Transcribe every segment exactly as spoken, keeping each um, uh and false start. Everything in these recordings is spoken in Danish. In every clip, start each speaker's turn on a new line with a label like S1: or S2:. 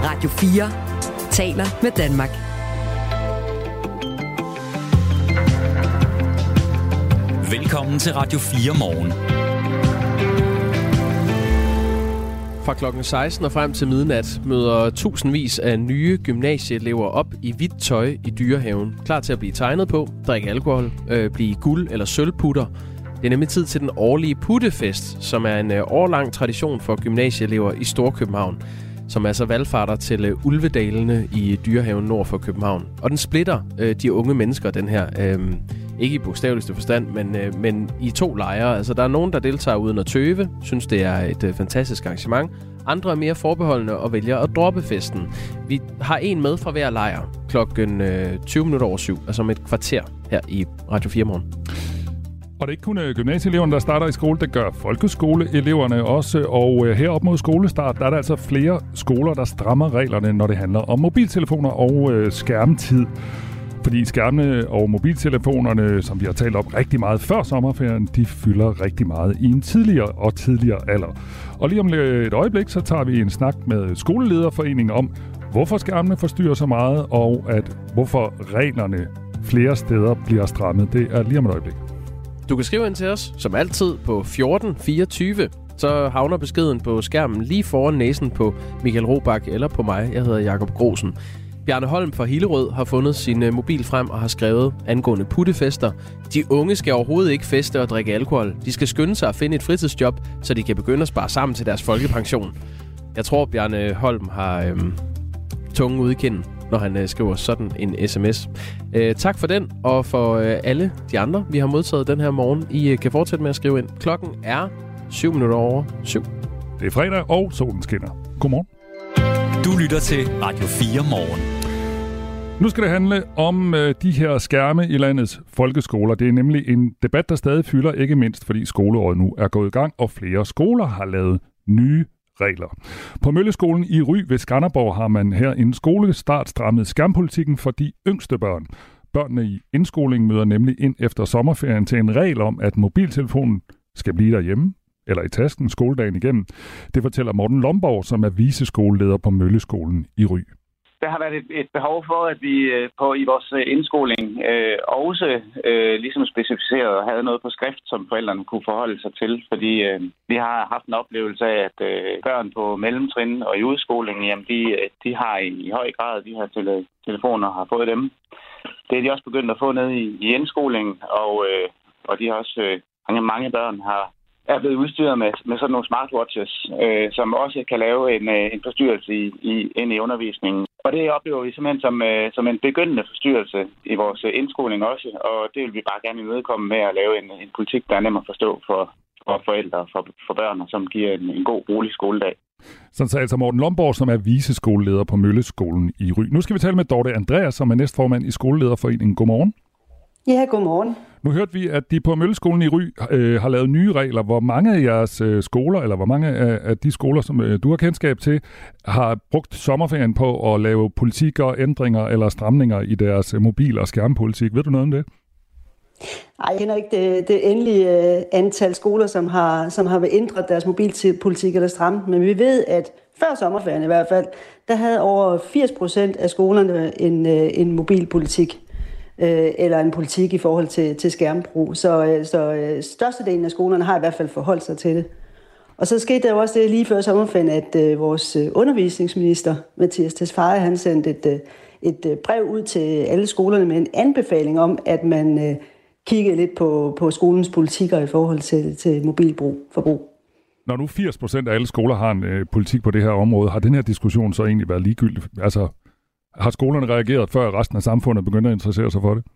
S1: Radio fire taler med Danmark.
S2: Velkommen til Radio fire morgen.
S3: Fra klokken seksten og frem til midnat møder tusindvis af nye gymnasieelever op i hvidt tøj i Dyrehaven. Klar til at blive tegnet på, drikke alkohol, øh, blive guld- eller sølvputter. Det er nemlig tid til den årlige puttefest, som er en øh, årlang tradition for gymnasieelever i Storkøbenhavn, som altså valgfarter til øh, Ulvedalene i Dyrehaven nord for København. Og den splitter øh, de unge mennesker, den her. Øh, Ikke i bogstaveligste forstand, men, øh, men i to lejre. Altså, der er nogen, der deltager uden at tøve, synes, det er et øh, fantastisk arrangement. Andre er mere forbeholdende og vælger at droppe festen. Vi har en med fra hver lejr klokken øh, tyve minutter over syv, altså om et kvarter her i Radio fire morgen.
S4: Og det er ikke kun gymnasieeleverne, der starter i skole, det gør folkeskoleeleverne også. Og her op mod skolestart, der er der altså flere skoler, der strammer reglerne, når det handler om mobiltelefoner og øh, skærmtid. Fordi skærmene og mobiltelefonerne, som vi har talt om rigtig meget før sommerferien, de fylder rigtig meget i en tidligere og tidligere alder. Og lige om et øjeblik, så tager vi en snak med Skolelederforeningen om, hvorfor skærmene forstyrrer så meget, og at hvorfor reglerne flere steder bliver strammet. Det er lige om et øjeblik.
S3: Du kan skrive ind til os, som altid, på fjorten fireogtyve. Så havner beskeden på skærmen lige foran næsen på Michael Robach eller på mig. Jeg hedder Jakob Grosen. Bjarne Holm fra Hillerød har fundet sin mobil frem og har skrevet angående puttefester. De unge skal overhovedet ikke feste og drikke alkohol. De skal skynde sig at finde et fritidsjob, så de kan begynde at spare sammen til deres folkepension. Jeg tror, Bjarne Holm har øhm, tungen ude i kinden, når han øh, skriver sådan en sms. Øh, tak for den, og for øh, alle de andre, vi har modtaget den her morgen. I øh, kan fortsætte med at skrive ind. Klokken er syv minutter over syv.
S4: Det er fredag, og solen skinner. Godmorgen.
S2: Du lytter til Radio fire morgen.
S4: Nu skal det handle om øh, de her skærme i landets folkeskoler. Det er nemlig en debat, der stadig fylder, ikke mindst fordi skoleåret nu er gået i gang, og flere skoler har lavet nye regler. På Mølleskolen i Ry ved Skanderborg har man her inden skolestart strammet skærmpolitikken for de yngste børn. Børnene i indskolingen møder nemlig ind efter sommerferien til en regel om, at mobiltelefonen skal blive derhjemme eller i tasken skoledagen igennem. Det fortæller Morten Lomborg, som er viceskoleleder på Mølleskolen i Ry.
S5: Der har været et, et behov for, at vi på i vores indskoling øh, også øh, ligesom specificeret og havde noget på skrift, som forældrene kunne forholde sig til. Fordi øh, vi har haft en oplevelse af, at øh, børn på mellemtrin og i udskolingen, jamen de, de har i, i høj grad de her tele, telefoner har fået dem. Det er de også begyndt at få ned i, i indskolingen, og, øh, og de har også øh, mange, mange børn har er blevet udstyret med, med sådan nogle smartwatches, øh, som også kan lave en, en forstyrrelse i, i, ind i undervisningen. Og det oplever vi simpelthen som, øh, som en begyndende forstyrrelse i vores indskoling også, og det vil vi bare gerne imødekomme med at lave en, en politik, der er nem at forstå for, for forældre og for, for børn, og som giver en, en god, rolig skoledag.
S4: Sådan sagde altså Morten Lomborg, som er viceskoleleder på Mølleskolen i Ry. Nu skal vi tale med Dorte Andreas, som er næstformand i Skolelederforeningen. Godmorgen.
S6: Ja, godmorgen.
S4: Nu hørte vi, at de på Mølleskolen i Ry øh, har lavet nye regler. Hvor mange af jeres øh, skoler, eller hvor mange af, af de skoler, som øh, du har kendskab til, har brugt sommerferien på at lave politik og ændringer eller stramninger i deres øh, mobil- og skærmpolitik? Ved du noget om det?
S6: Nej, jeg kender ikke det, det endelige øh, antal skoler, som har, som har ændret deres mobilpolitik eller stramt. Men vi ved, at før sommerferien i hvert fald, der havde over firs procent af skolerne en, øh, en mobilpolitik. Eller en politik i forhold til, til skærmbrug. Så, så størstedelen af skolerne har i hvert fald forholdt sig til det. Og så skete der jo også det lige før sommerferien, at uh, vores undervisningsminister, Mathias Tesfaye, han sendte et, et brev ud til alle skolerne med en anbefaling om, at man uh, kiggede lidt på, på skolens politikker i forhold til, til mobilbrug, forbrug.
S4: Når nu firs procent af alle skoler har en uh, politik på det her område, har den her diskussion så egentlig været ligegyldig? Altså, har skolerne reageret, før resten af samfundet begynder at interessere sig for det?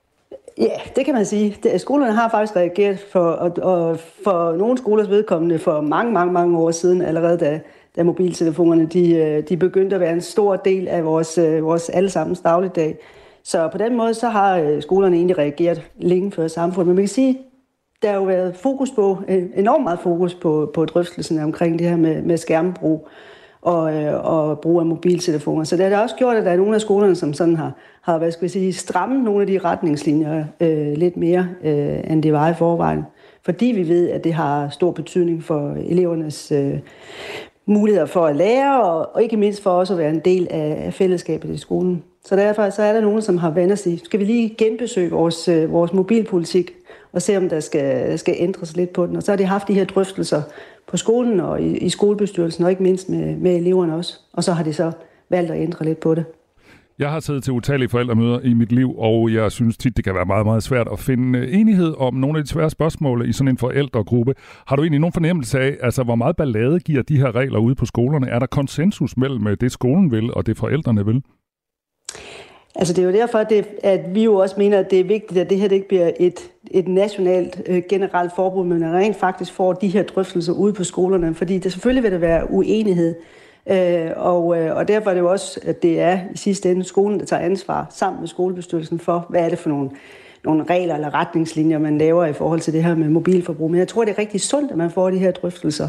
S6: Ja, det kan man sige. Skolerne har faktisk reageret for, og, og for nogle skolers vedkommende for mange, mange, mange år siden, allerede da, da mobiltelefonerne de, de begyndte at være en stor del af vores, vores allesammens dagligdag. Så på den måde så har skolerne egentlig reageret længe før samfundet. Men man kan sige, der har jo været fokus på, enormt meget fokus på, på drøftelsen omkring det her med, med skærmbrug og, og brug af mobiltelefoner. Så det har også gjort, at der er nogle af skolerne, som sådan har, har hvad skal vi sige, strammet nogle af de retningslinjer øh, lidt mere, øh, end det var i forvejen. Fordi vi ved, at det har stor betydning for elevernes øh, muligheder for at lære, og, og ikke mindst for også at være en del af, af fællesskabet i skolen. Så derfor så er der nogen, som har vendt sig, skal vi lige genbesøge vores, øh, vores mobilpolitik, og se, om der skal, skal ændres lidt på den. Og så har de haft de her drøftelser på skolen og i, i skolebestyrelsen, og ikke mindst med, med eleverne også. Og så har de så valgt at ændre lidt på det.
S4: Jeg har siddet til utallige forældremøder i mit liv, og jeg synes tit, det kan være meget, meget svært at finde enighed om nogle af de svære spørgsmål i sådan en forældregruppe. Har du egentlig nogen fornemmelse af, altså hvor meget ballade giver de her regler ude på skolerne? Er der konsensus mellem det, skolen vil, og det forældrene vil?
S6: Altså det er jo derfor, det, at vi jo også mener, at det er vigtigt, at det her det ikke bliver et, et nationalt øh, generelt forbud, men at rent faktisk får de her drøftelser ude på skolerne, fordi det selvfølgelig vil der være uenighed. Øh, og, øh, og derfor er det jo også, at det er i sidste ende skolen, der tager ansvar sammen med skolebestyrelsen for, hvad er det for nogle, nogle regler eller retningslinjer, man laver i forhold til det her med mobilforbrug. Men jeg tror, det er rigtig sundt, at man får de her drøftelser.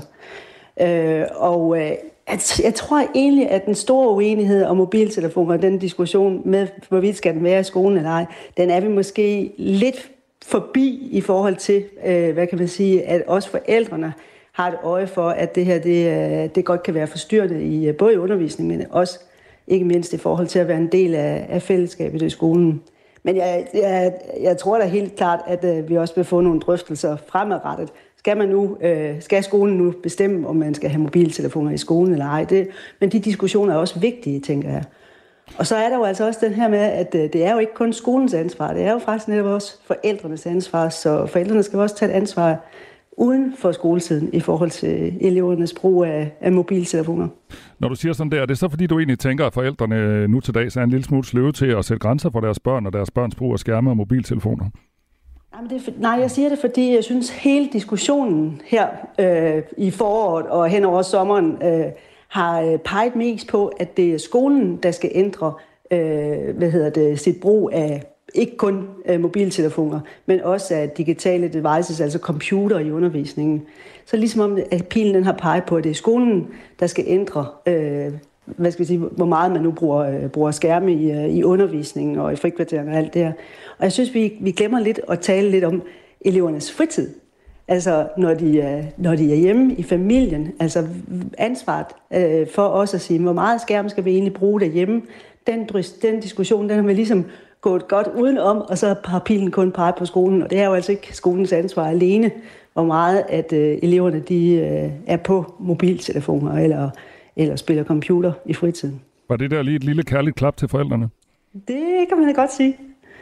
S6: Øh, og øh, jeg tror egentlig, at den store uenighed om mobiltelefoner og den diskussion med, hvorvidt skal den være i skolen eller ej, den er vi måske lidt forbi i forhold til, øh, hvad kan man sige, at også forældrene har et øje for, at det her det, det godt kan være forstyrrende i både i undervisningen, men også ikke mindst i forhold til at være en del af, af fællesskabet i skolen. Men jeg, jeg, jeg tror da helt klart, at uh, vi også vil få nogle drøftelser fremadrettet. Skal man nu, uh, skal skolen nu bestemme, om man skal have mobiltelefoner i skolen eller ej? Det, men de diskussioner er også vigtige, tænker jeg. Og så er der jo altså også den her med, at uh, det er jo ikke kun skolens ansvar, det er jo faktisk netop også forældrenes ansvar, så forældrene skal også tage et ansvar uden for skoletiden i forhold til elevernes brug af, af mobiltelefoner. Når du siger sådan der, er det så fordi, du egentlig tænker, at forældrene nu til dags er en lille smule sløve til at sætte grænser for deres børn og deres børns brug af skærme og mobiltelefoner? Nej, det er, nej, jeg siger det, fordi jeg synes, hele diskussionen her øh, i foråret og hen over sommeren øh, har peget mest på, at det er skolen, der skal ændre øh, hvad hedder det, sit brug af ikke kun øh, mobiltelefoner, men også af digitale devices, altså computer i undervisningen. Så ligesom om, at pilen den har peget på, at det er skolen, der skal ændre, øh, hvad skal vi sige, hvor meget man nu bruger, øh, bruger skærme i, øh, i undervisningen og i frikvarteren og alt det her. Og jeg synes, vi, vi glemmer lidt at tale lidt om elevernes fritid. Altså når de, øh, når de er hjemme i familien, altså ansvaret øh, for os at sige, hvor meget skærm skal vi egentlig bruge derhjemme. Den, den diskussion, den har vi ligesom gået godt udenom, og så har pilen kun peget på skolen. Og det er jo altså ikke skolens ansvar alene, hvor meget at øh, eleverne de, øh, er på mobiltelefoner eller, eller spiller computer i fritiden.
S4: Var det der lige et lille kærligt klap til forældrene?
S6: Det kan man da godt sige.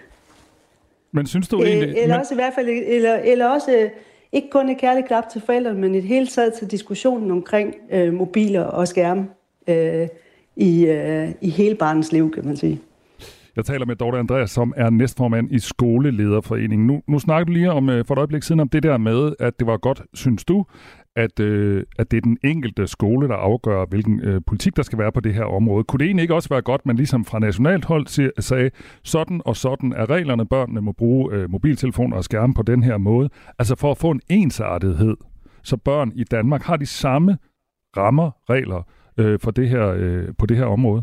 S4: Men synes du egentlig...
S6: Eller
S4: men...
S6: også i hvert fald, eller, eller også øh, ikke kun et kærligt klap til forældrene, men et hele taget til diskussionen omkring øh, mobiler og skærme øh, i, øh, i hele barnets liv, kan man sige.
S4: Jeg taler med Dorte Andreas, som er næstformand i Skolelederforeningen. Nu, nu snakker du lige om, for et øjeblik siden om det der med, at det var godt, synes du, at, øh, at det er den enkelte skole, der afgør, hvilken øh, politik der skal være på det her område. Kunne det egentlig ikke også være godt, man ligesom fra nationalt hold sagde, sådan og sådan er reglerne, børnene må bruge øh, mobiltelefoner og skærme på den her måde, altså for at få en ensartethed, så børn i Danmark har de samme rammer, regler øh, for det her, øh, på det her område?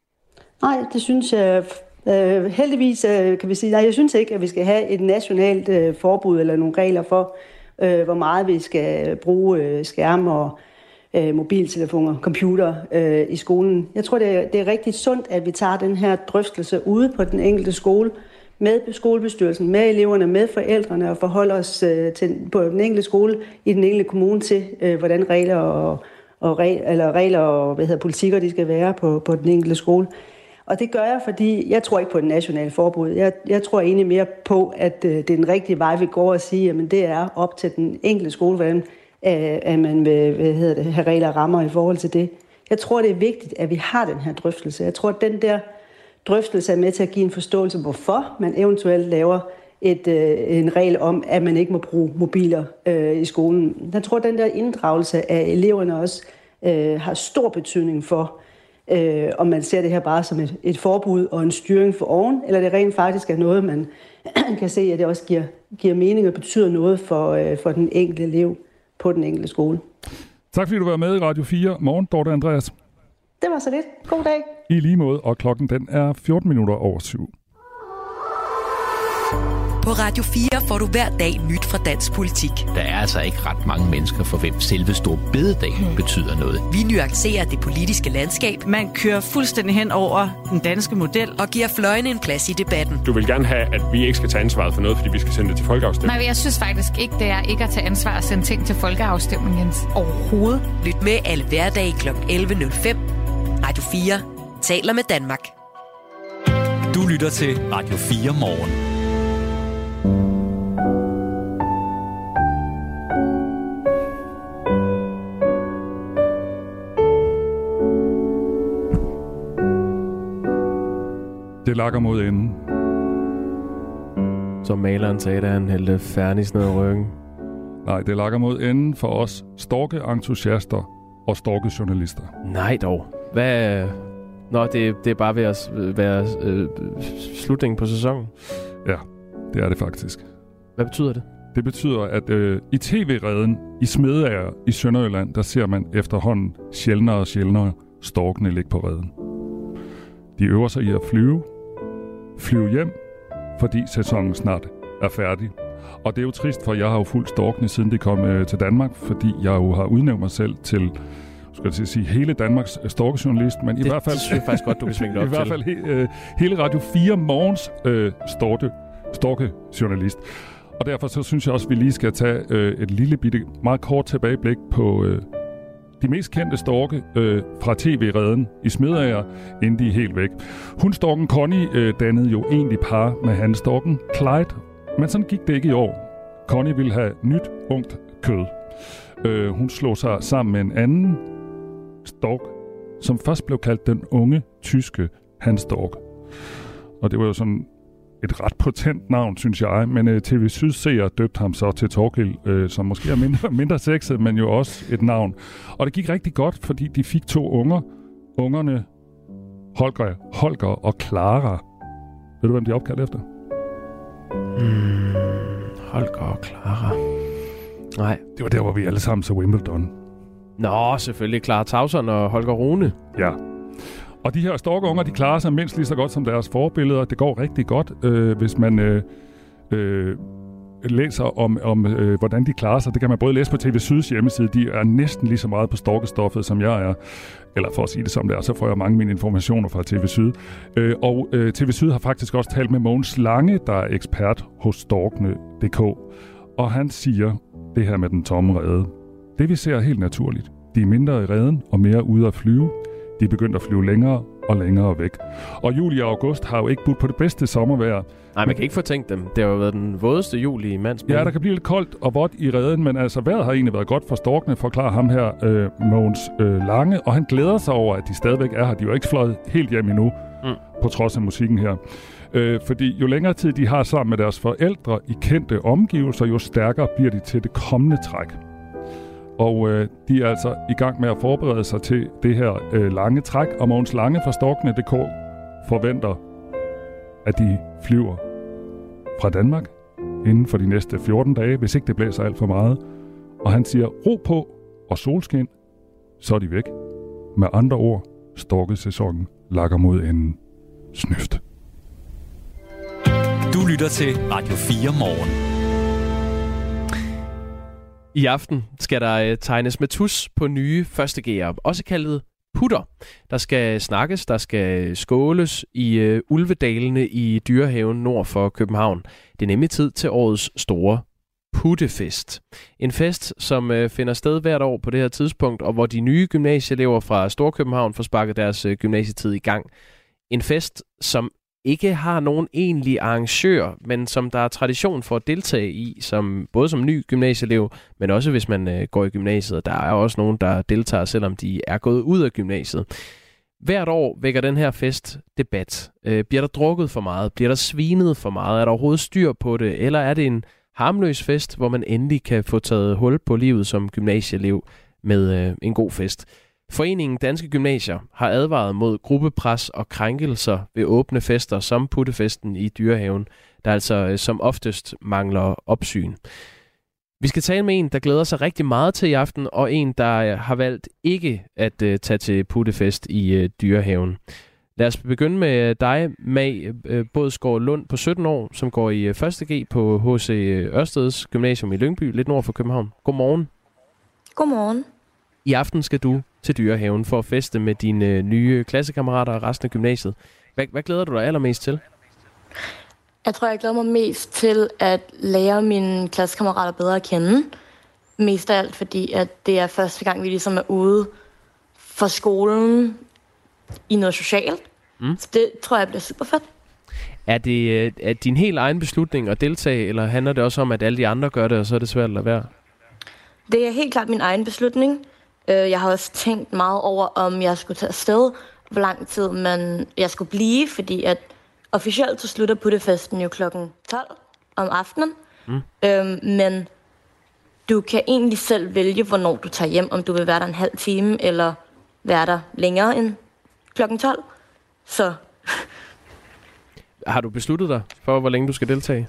S4: Nej,
S6: det synes jeg... Uh, heldigvis uh, kan vi sige, nej, jeg synes ikke, at vi skal have et nationalt uh, forbud eller nogle regler for, uh, hvor meget vi skal bruge uh, skærme og uh, mobiltelefoner, computer uh, i skolen. Jeg tror, det er, det er rigtig sundt, at vi tager den her drøftelse ude på den enkelte skole med skolebestyrelsen, med eleverne, med forældrene og forholder os uh, til, på den enkelte skole i den enkelte kommune til, uh, hvordan regler og, og, regler, eller regler og hvad hedder, politikker de skal være på, på den enkelte skole. Og det gør jeg, fordi jeg tror ikke på den nationale forbud. Jeg, jeg tror egentlig mere på, at øh, det er den rigtige vej, vi går og siger, at det er op til den enkelte skole, hvordan øh, at man vil hvad hedder det, have regler og rammer i forhold til det. Jeg tror, det er vigtigt, at vi har den her drøftelse. Jeg tror, at den der drøftelse er med til at give en forståelse, hvorfor man eventuelt laver et, øh, en regel om, at man ikke må bruge mobiler øh, i skolen. Jeg tror, at den der inddragelse af eleverne også øh, har stor betydning for, Øh, om man ser det her bare som et, et forbud og en styring for oven, eller det rent faktisk er noget, man kan se, at det også giver, giver mening og betyder noget for, øh, for den enkelte elev på den enkelte skole.
S4: Tak fordi du var med i Radio fire Morgen, Dorte Andreas.
S6: Det var så lidt. God dag.
S4: I lige måde, og klokken den er fjorten minutter over syv.
S1: På Radio fire får du hver dag nyt fra dansk politik.
S7: Der er altså ikke ret mange mennesker, for hvem selve store bededag hmm. betyder noget.
S1: Vi nuancerer det politiske landskab.
S8: Man kører fuldstændig hen over den danske model.
S1: Og giver fløjene en plads i debatten.
S9: Du vil gerne have, at vi ikke skal tage ansvaret for noget, fordi vi skal sende det til folkeafstemning.
S10: Nej, jeg synes faktisk ikke, det er ikke at tage ansvar og sende ting til folkeafstemning, Jens. Overhovedet.
S1: Lyt med alle hverdage kl. elleve nul fem. Radio fire taler med Danmark.
S2: Du lytter til Radio fire Morgen.
S4: Det lakker mod enden.
S3: Som maleren sagde, da han hældte fernis ned ad ryggen.
S4: Nej, det lakker mod enden for os storke-entusiaster og storke-journalister.
S3: Nej dog. Hvad... Nå, det, det er bare ved at være øh, slutningen på sæsonen.
S4: Ja, det er det faktisk.
S3: Hvad betyder det?
S4: Det betyder, at øh, i tv-reden i Smedager i Sønderjylland, der ser man efterhånden sjældnere og sjældnere storkene ligge på reden. De øver sig i at flyve, flyve hjem, fordi sæsonen snart er færdig. Og det er jo trist, for jeg har jo fulgt storkene, siden de kom øh, til Danmark, fordi jeg jo har udnævnt mig selv til, skal jeg sige, hele Danmarks storkejournalist, men
S3: det,
S4: i hvert fald...
S3: Det synes jeg faktisk godt, du kan svinge det op
S4: i hvert fald he, øh, hele Radio fire Morgens øh, storke, storkejournalist. Og derfor så synes jeg også, at vi lige skal tage øh, et lille bitte, meget kort tilbageblik på øh, de mest kendte storke øh, fra tv-reden i Smedager, inden de er helt væk. Hundstorken Connie øh, dannede jo egentlig par med hanstorken Clyde, men sådan gik det ikke i år. Connie ville have nyt, ungt kød. Øh, hun slog sig sammen med en anden stork, som først blev kaldt den unge, tyske hanstork. Og det var jo sådan et ret potent navn, synes jeg, men øh, T V Syd-seer døbte ham så til Torkild, øh, som måske er mindre, mindre sexet, men jo også et navn. Og det gik rigtig godt, fordi de fik to unger. Ungerne Holger, Holger og Clara. Ved du, hvem de er opkaldt efter?
S3: Hmm, Holger og Clara. Nej.
S4: Det var der, hvor vi alle sammen så Wimbledon.
S3: Nå, selvfølgelig Clara Tauson og Holger Rune.
S4: Ja. Og de her storkeunger, de klarer sig mindst lige så godt som deres forbilleder. Det går rigtig godt, øh, hvis man øh, øh, læser om, om øh, hvordan de klarer sig. Det kan man både læse på T V Syds hjemmeside. De er næsten lige så meget på storkestoffet, som jeg er. Eller for at sige det som det er, så får jeg mange af mine informationer fra T V Syd. Øh, og øh, T V Syd har faktisk også talt med Mogens Lange, der er ekspert hos storkene punktum d k. Og han siger det her med den tomme rede. Det vi ser er helt naturligt. De er mindre i reden og mere ude at flyve. De er begyndt at flyve længere og længere væk. Og juli og august har jo ikke budt på det bedste sommervejr.
S3: Nej, man kan ikke fortænke dem. Det har jo været den vådeste juli i mands minde.
S4: Ja, der kan blive lidt koldt og vådt i reden, men altså vejret har egentlig været godt for storkene, forklarer ham her, øh, Mogens øh, Lange. Og han glæder sig over, at de stadigvæk er her. De er jo ikke fløjet helt hjem endnu, mm. på trods af musikken her. Øh, fordi jo længere tid de har sammen med deres forældre i kendte omgivelser, jo stærkere bliver de til det kommende træk. Og øh, de er altså i gang med at forberede sig til det her øh, lange træk. Og Mogens Lange fra storkene punktum d k forventer, at de flyver fra Danmark inden for de næste fjorten dage, hvis ikke det blæser alt for meget. Og han siger, ro på og solskin, så er de væk. Med andre ord, storkesæsonen lakker mod enden. Snyft.
S2: Du lytter til Radio fire Morgen.
S3: I aften skal der tegnes med tus på nye første G'ere, også kaldet putter. Der skal snakkes, der skal skåles i uh, Ulvedalene i Dyrehaven nord for København. Det er nemlig tid til årets store puttefest. En fest, som uh, finder sted hvert år på det her tidspunkt, og hvor de nye gymnasieelever fra Storkøbenhavn får sparket deres uh, gymnasietid i gang. En fest, som ikke har nogen egentlig arrangør, men som der er tradition for at deltage i, som, både som ny gymnasieelev, men også hvis man øh, går i gymnasiet. Der er også nogen, der deltager, selvom de er gået ud af gymnasiet. Hvert år vækker den her fest debat. Øh, bliver der drukket for meget? Bliver der svinet for meget? Er der overhovedet styr på det? Eller er det en harmløs fest, hvor man endelig kan få taget hul på livet som gymnasieelev med øh, en god fest? Foreningen Danske Gymnasier har advaret mod gruppepres og krænkelser ved åbne fester som puttefesten i Dyrehaven, der altså som oftest mangler opsyn. Vi skal tale med en, der glæder sig rigtig meget til i aften, og en, der har valgt ikke at uh, tage til puttefest i uh, Dyrehaven. Lad os begynde med dig, May Bådsgaard Lund på sytten år, som går i første G på H C Ørsteds Gymnasium i Lyngby, lidt nord for København. Godmorgen.
S11: Godmorgen.
S3: I aften skal du til Dyrehaven for at feste med dine nye klassekammerater og resten af gymnasiet. Hvad, hvad glæder du dig allermest til?
S11: Jeg tror, jeg glæder mig mest til at lære mine klassekammerater bedre at kende. Mest af alt, fordi at det er første gang, vi ligesom er ude for skolen i noget socialt. Mm. Så det tror jeg bliver super fedt.
S3: Er det er din helt egen beslutning at deltage, eller handler det også om, at alle de andre gør det, og så er det svært at lade være?
S11: Det er helt klart min egen beslutning. Jeg har også tænkt meget over, om jeg skulle tage afsted, hvor lang tid man, jeg skulle blive, fordi at officielt så slutter puttefesten jo klokken tolv om aftenen. Mm. Øhm, men du kan egentlig selv vælge, hvornår du tager hjem, om du vil være der en halv time, eller være der længere end klokken tolv. Så.
S3: Har du besluttet dig for, hvor længe du skal deltage?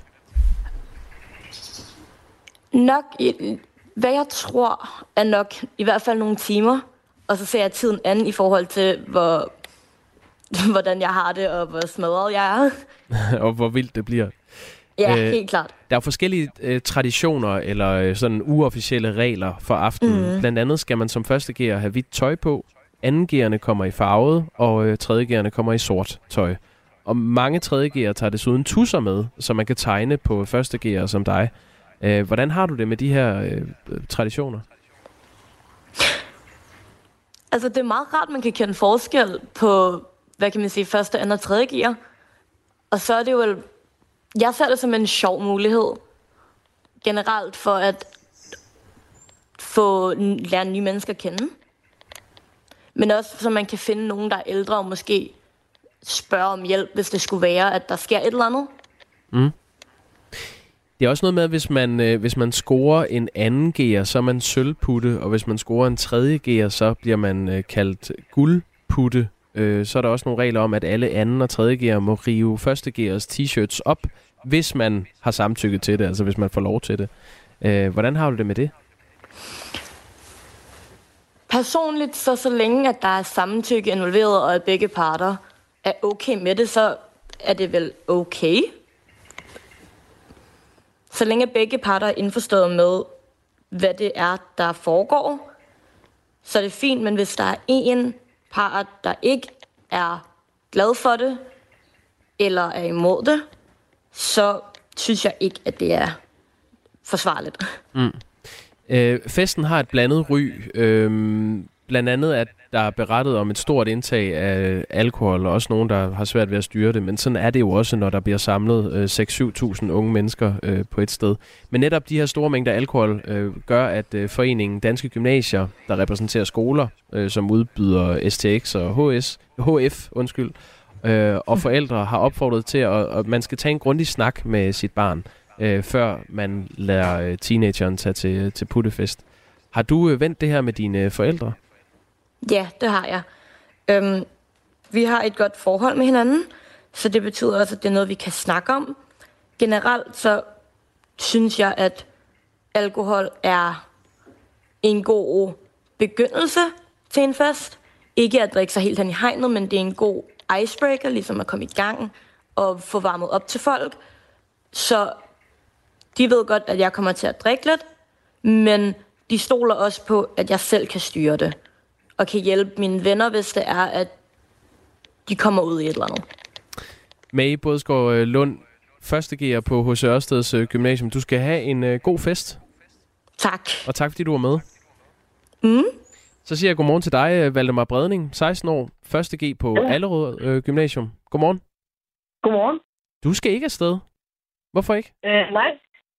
S11: Nok, hvad jeg tror, er nok i hvert fald nogle timer. Og så ser jeg tiden an i forhold til, hvor, hvordan jeg har det, og hvor smadret jeg er.
S3: Og hvor vildt det bliver.
S11: Ja, øh, helt klart.
S3: Der er forskellige øh, traditioner eller øh, sådan uofficielle regler for aftenen. Mm. Blandt andet skal man som første G'er have hvidt tøj på, anden G'erne kommer i farvet, og øh, tredje G'erne kommer i sort tøj. Og mange tredje G'er tager desuden tusser med, så man kan tegne på første G'er som dig. Øh, hvordan har du det med de her øh, traditioner?
S11: Altså, det er meget rart, man kan kende forskel på, hvad kan man sige, første, anden og tredje G'er. Og så er det jo, jeg ser det som en sjov mulighed generelt for at få lære nye mennesker at kende. Men også så man kan finde nogen, der er ældre og måske spørge om hjælp, hvis det skulle være, at der sker et eller andet.
S3: Mm. Det er også noget med, at hvis man, øh, hvis man scorer en anden G'er, så er man sølvputte, og hvis man scorer en tredje G'er, så bliver man øh, kaldt guldputte. Øh, så er der også nogle regler om, at alle anden og tredje G'er må rive første G'ers t-shirts op, hvis man har samtykke til det, altså hvis man får lov til det. Øh, hvordan har du det med det?
S11: Personligt, så så længe at der er samtykke involveret, og at begge parter er okay med det, så er det vel okay. Så længe begge parter er indforstået med, hvad det er, der foregår, så er det fint. Men hvis der er en part, der ikke er glad for det, eller er imod det, så synes jeg ikke, at det er forsvarligt.
S3: Mm. Øh, festen har et blandet ry. Øh, blandt andet, at der er berettet om et stort indtag af alkohol, og også nogen, der har svært ved at styre det. Men sådan er det jo også, når der bliver samlet øh, seks til syv tusind unge mennesker øh, på et sted. Men netop de her store mængder alkohol øh, gør, at øh, foreningen Danske Gymnasier, der repræsenterer skoler, øh, som udbyder S T X og H S, H F, undskyld, øh, og forældre har opfordret til, at, at man skal tage en grundig snak med sit barn, øh, før man lader øh, teenageren tage til, til puttefest. Har du øh, vendt det her med dine forældre?
S11: Ja, det har jeg. Øhm, vi har et godt forhold med hinanden, så det betyder også, at det er noget, vi kan snakke om. Generelt så synes jeg, at alkohol er en god begyndelse til en fest. Ikke at drikke sig helt hen i hegnet, men det er en god icebreaker, ligesom at komme i gang og få varmet op til folk. Så de ved godt, at jeg kommer til at drikke lidt, men de stoler også på, at jeg selv kan styre det. Og kan hjælpe mine venner, hvis det er, at de kommer ud i et eller andet.
S3: May Bådsgaard Lund, første G'er på H C Ørsteds Gymnasium. Du skal have en uh, god fest.
S11: Tak.
S3: Og tak, fordi du var med.
S11: Mm.
S3: Så siger jeg godmorgen til dig, Valdemar Bredning, seksten år, første G på ja. Allerød øh, Gymnasium. Godmorgen.
S12: Godmorgen.
S3: Du skal ikke afsted. Hvorfor ikke?
S12: Øh, nej.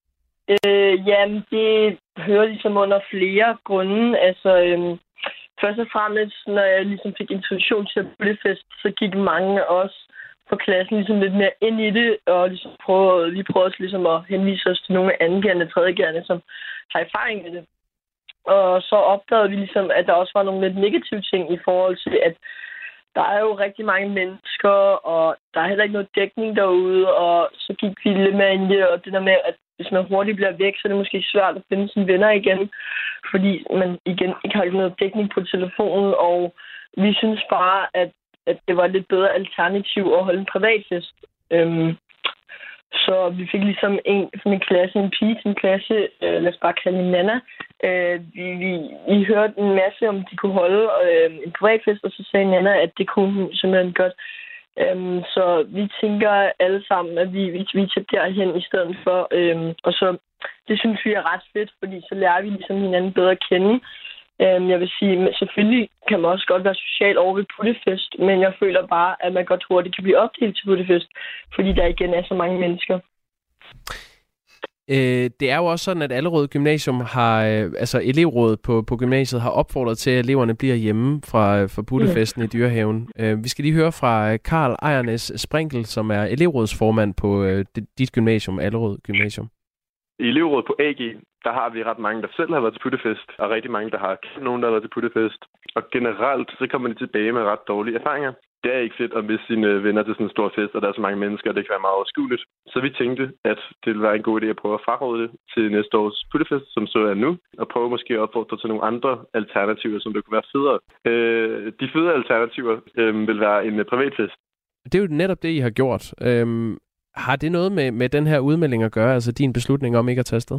S12: Øh, jamen, det hører ligesom under flere grunde. Altså, øh, først og fremmest, når jeg ligesom fik intuition til at puttefest, så gik mange af os på klassen ligesom lidt mere ind i det, og ligesom prøvede, lige prøvede ligesom at henvise os til nogle af andengærende og tredjegærende, som har erfaring med det. Og så opdagede vi ligesom, at der også var nogle lidt negative ting i forhold til, at der er jo rigtig mange mennesker, og der er heller ikke noget dækning derude, og så gik vi lidt mere ind i det, og det der med, at hvis man hurtigt bliver væk, så er det måske svært at finde sine venner igen, fordi man igen ikke har noget dækning på telefonen, og vi synes bare, at at det var et lidt bedre alternativ at holde en privatfest. Øhm, så vi fik ligesom en fra min klasse, en pige til min klasse, øh, lad os bare kalde hende Nana. Øh, vi, vi, vi hørte en masse, om de kunne holde øh, en privatfest, og så sagde Nana, at det kunne hun simpelthen godt. Øhm, så vi tænker alle sammen, at vi, vi, vi tager derhen i stedet for. Øhm, og så det synes vi er ret fedt, fordi så lærer vi ligesom hinanden bedre at kende. Øhm, jeg vil sige, men selvfølgelig kan man også godt være social over ved puttefest, men jeg føler bare, at man godt hurtigt kan blive opdelt til puttefest, fordi der igen er så mange mennesker.
S3: Øh, det er jo også sådan, at Allerød Gymnasium har, øh, altså elevrådet på, på gymnasiet har opfordret til, at eleverne bliver hjemme fra, fra puttefesten mm. i Dyrehaven. Øh, vi skal lige høre fra Karl Ejernes Sprinkel, som er elevrådsformand på øh, dit gymnasium, Allerød Gymnasium.
S13: I elevrådet på A G, der har vi ret mange, der selv har været til puttefest, og rigtig mange, der har kendt nogen, der har været til puttefest. Og generelt, så kommer de tilbage med ret dårlige erfaringer. Det er ikke fedt at miste sine venner til sådan en stor fest, og der er så mange mennesker, og det kan være meget overskueligt. Så vi tænkte, at det ville være en god idé at prøve at fraråde det til næste års puttefest, som så er nu, og prøve måske at opfordre til nogle andre alternativer, som det kunne være federe. Øh, de fede alternativer øh, vil være en privatfest.
S3: Det er jo netop det, I har gjort. Øhm, har det noget med, med den her udmelding at gøre, altså din beslutning om ikke at tage afsted?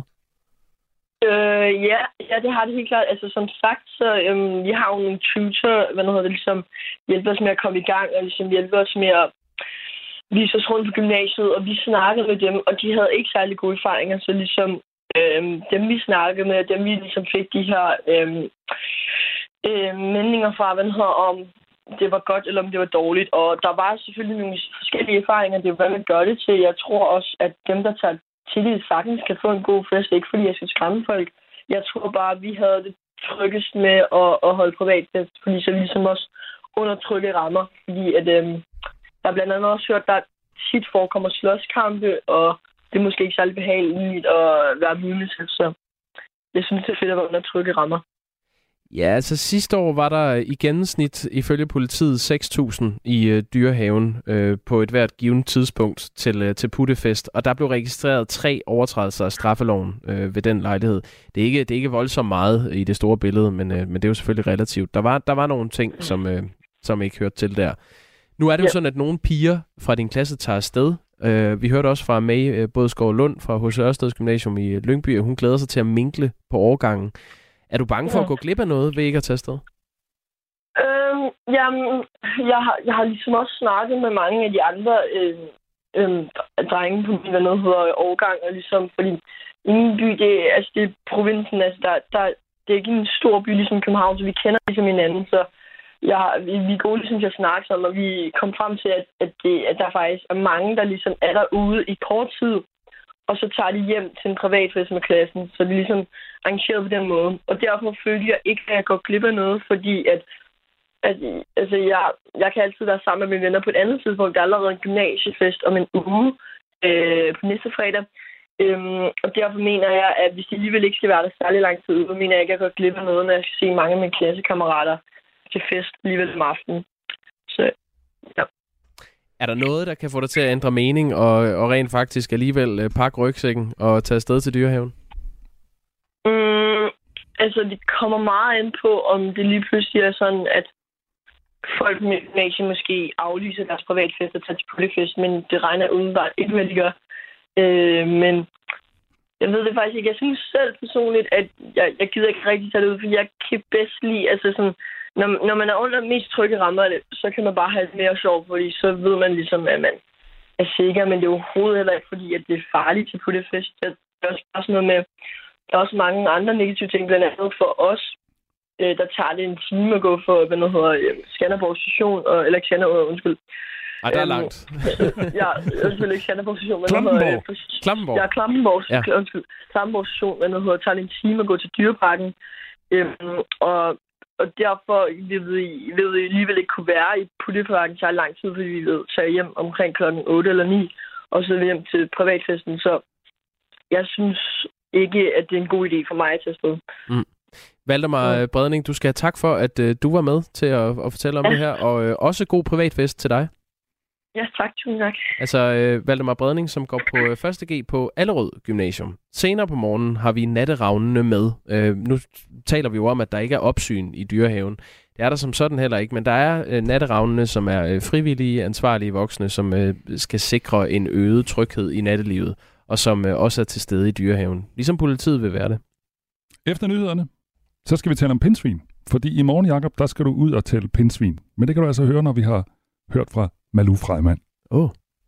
S12: Øh, ja, ja, det har det helt klart. Altså, som sagt, så øhm, vi har jo nogle tutor, hvad hedder det, ligesom hjælper os med at komme i gang, og ligesom hjælper os med at vise os rundt på gymnasiet, og vi snakkede med dem, og de havde ikke særlig gode erfaringer, så ligesom øhm, dem, vi snakkede med, dem, vi ligesom fik de her øhm, øhm, meninger fra, hvad hedder, om det var godt, eller om det var dårligt, og der var selvfølgelig nogle forskellige erfaringer, det er hvad man gør det til. Jeg tror også, at dem, der tager til det sagtens kan få en god fest, ikke fordi jeg skal skræmme folk. Jeg tror bare, at vi havde det tryggest med at, at holde privatfest, fordi så ligesom også under trygge rammer, fordi at øhm, der er blandt andet også hørt, at der tit forekommer slåskampe, og det er måske ikke særlig behageligt at være vidne til, så jeg synes, det er fedt at være under trygge rammer.
S3: Ja, altså sidste år var der i gennemsnit ifølge politiet seks tusind i øh, Dyrehaven øh, på et hvert givet tidspunkt til, øh, til puttefest, og der blev registreret tre overtrædelser af straffeloven øh, ved den lejlighed. Det er ikke, det er ikke voldsomt meget i det store billede, men, øh, men det er jo selvfølgelig relativt. Der var, der var nogle ting, som, øh, som ikke hørte til der. Nu er det jo ja. sådan, at nogle piger fra din klasse tager afsted. Øh, vi hørte også fra May øh, Bådskov Lund fra H C Ørsteds Gymnasium i Lyngby, og hun glæder sig til at minkle på årgangen. Er du bange for at gå glip af noget ved ikke at tage afsted?
S12: Øhm, jamen, jeg har, jeg har ligesom også snakket med mange af de andre øh, øh, drenge på min årgang, og ligesom, fordi i min by, det, altså, det er provinsen, altså, der, der, det er ikke en stor by ligesom København, så vi kender ligesom hinanden, så jeg har, vi, vi er gode ligesom til at snakke sammen, og vi kom frem til, at, at, det, at der faktisk er mange, der ligesom er derude i kort tid, og så tager de hjem til en privatfest med klassen. Så det er ligesom arrangeret på den måde. Og derfor føler jeg ikke, at jeg går glip af noget, fordi at, at altså jeg, jeg kan altid være sammen med mine venner på et andet tidspunkt. Der er allerede en gymnasiefest om en uge øh, på næste fredag. Øhm, og derfor mener jeg, at hvis de alligevel ikke skal være der særlig lang tid, så mener jeg ikke, at jeg går glip af noget, når jeg skal se mange af mine klassekammerater til fest alligevel om aftenen. Så ja.
S3: Er der noget, der kan få dig til at ændre mening og, og rent faktisk alligevel pakke rygsækken og tage afsted til Dyrehaven?
S12: Mm, altså, det kommer meget ind på, om det lige pludselig er sådan, at folk med gymnasiet måske aflyser deres privatfest og tager til puttefest, men det regner udenbart ikke, hvad de gør. Øh, men jeg ved det faktisk ikke. Jeg synes selv personligt, at jeg, jeg gider ikke rigtig tage det ud, for jeg kan bedst lide, altså sådan, Når, når man er under mest trygge rammer, så kan man bare have det mere sjovt, fordi så ved man ligesom, at man er sikker, men det er overhovedet heller ikke, fordi at det er farligt til puttefest. Det er også bare sådan noget med, der er også mange andre negative ting, blandt andet for os, øh, der tager det en time at gå for, hvad noget hedder, øh, Skanderborg station, og, eller ikke Skanderborg, undskyld.
S3: Ej, der er
S12: øhm,
S3: langt.
S12: ja, undskyld, ikke Skanderborg station, men
S3: Klampenborg.
S12: noget hedder, øh,
S3: Klampenborg.
S12: Ja, Klampenborg,
S3: ja.
S12: undskyld. Klampenborg station, hvad noget hedder, tager det en time at gå til Dyreparken, øhm, og Og derfor vil vi, vil vi alligevel ikke kunne være i puttefesten så lang tid, fordi vi ved tage hjem omkring klokken otte eller ni, og så hjem til privatfesten. Så jeg synes ikke, at det er en god idé for mig at tage afsted.
S3: Mm. Valdemar ja. Bredning, du skal have tak for, at uh, du var med til at, at fortælle om ja. det her, og uh, også god privatfest til dig.
S12: Ja, tak. Tusind tak.
S3: Altså, øh, Valdemar Bredning, som går på øh, første G på Allerød Gymnasium. Senere på morgenen har vi natteravnene med. Øh, nu taler vi jo om, at der ikke er opsyn i Dyrehaven. Det er der som sådan heller ikke, men der er øh, natteravnene, som er øh, frivillige, ansvarlige voksne, som øh, skal sikre en øget tryghed i nattelivet, og som øh, også er til stede i Dyrehaven, ligesom politiet vil være det.
S4: Efter nyhederne, så skal vi tale om pindsvin. Fordi i morgen, Jakob, der skal du ud og tælle pindsvin. Men det kan du altså høre, når vi har hørt fra Malou Freymann.
S3: Åh. Oh.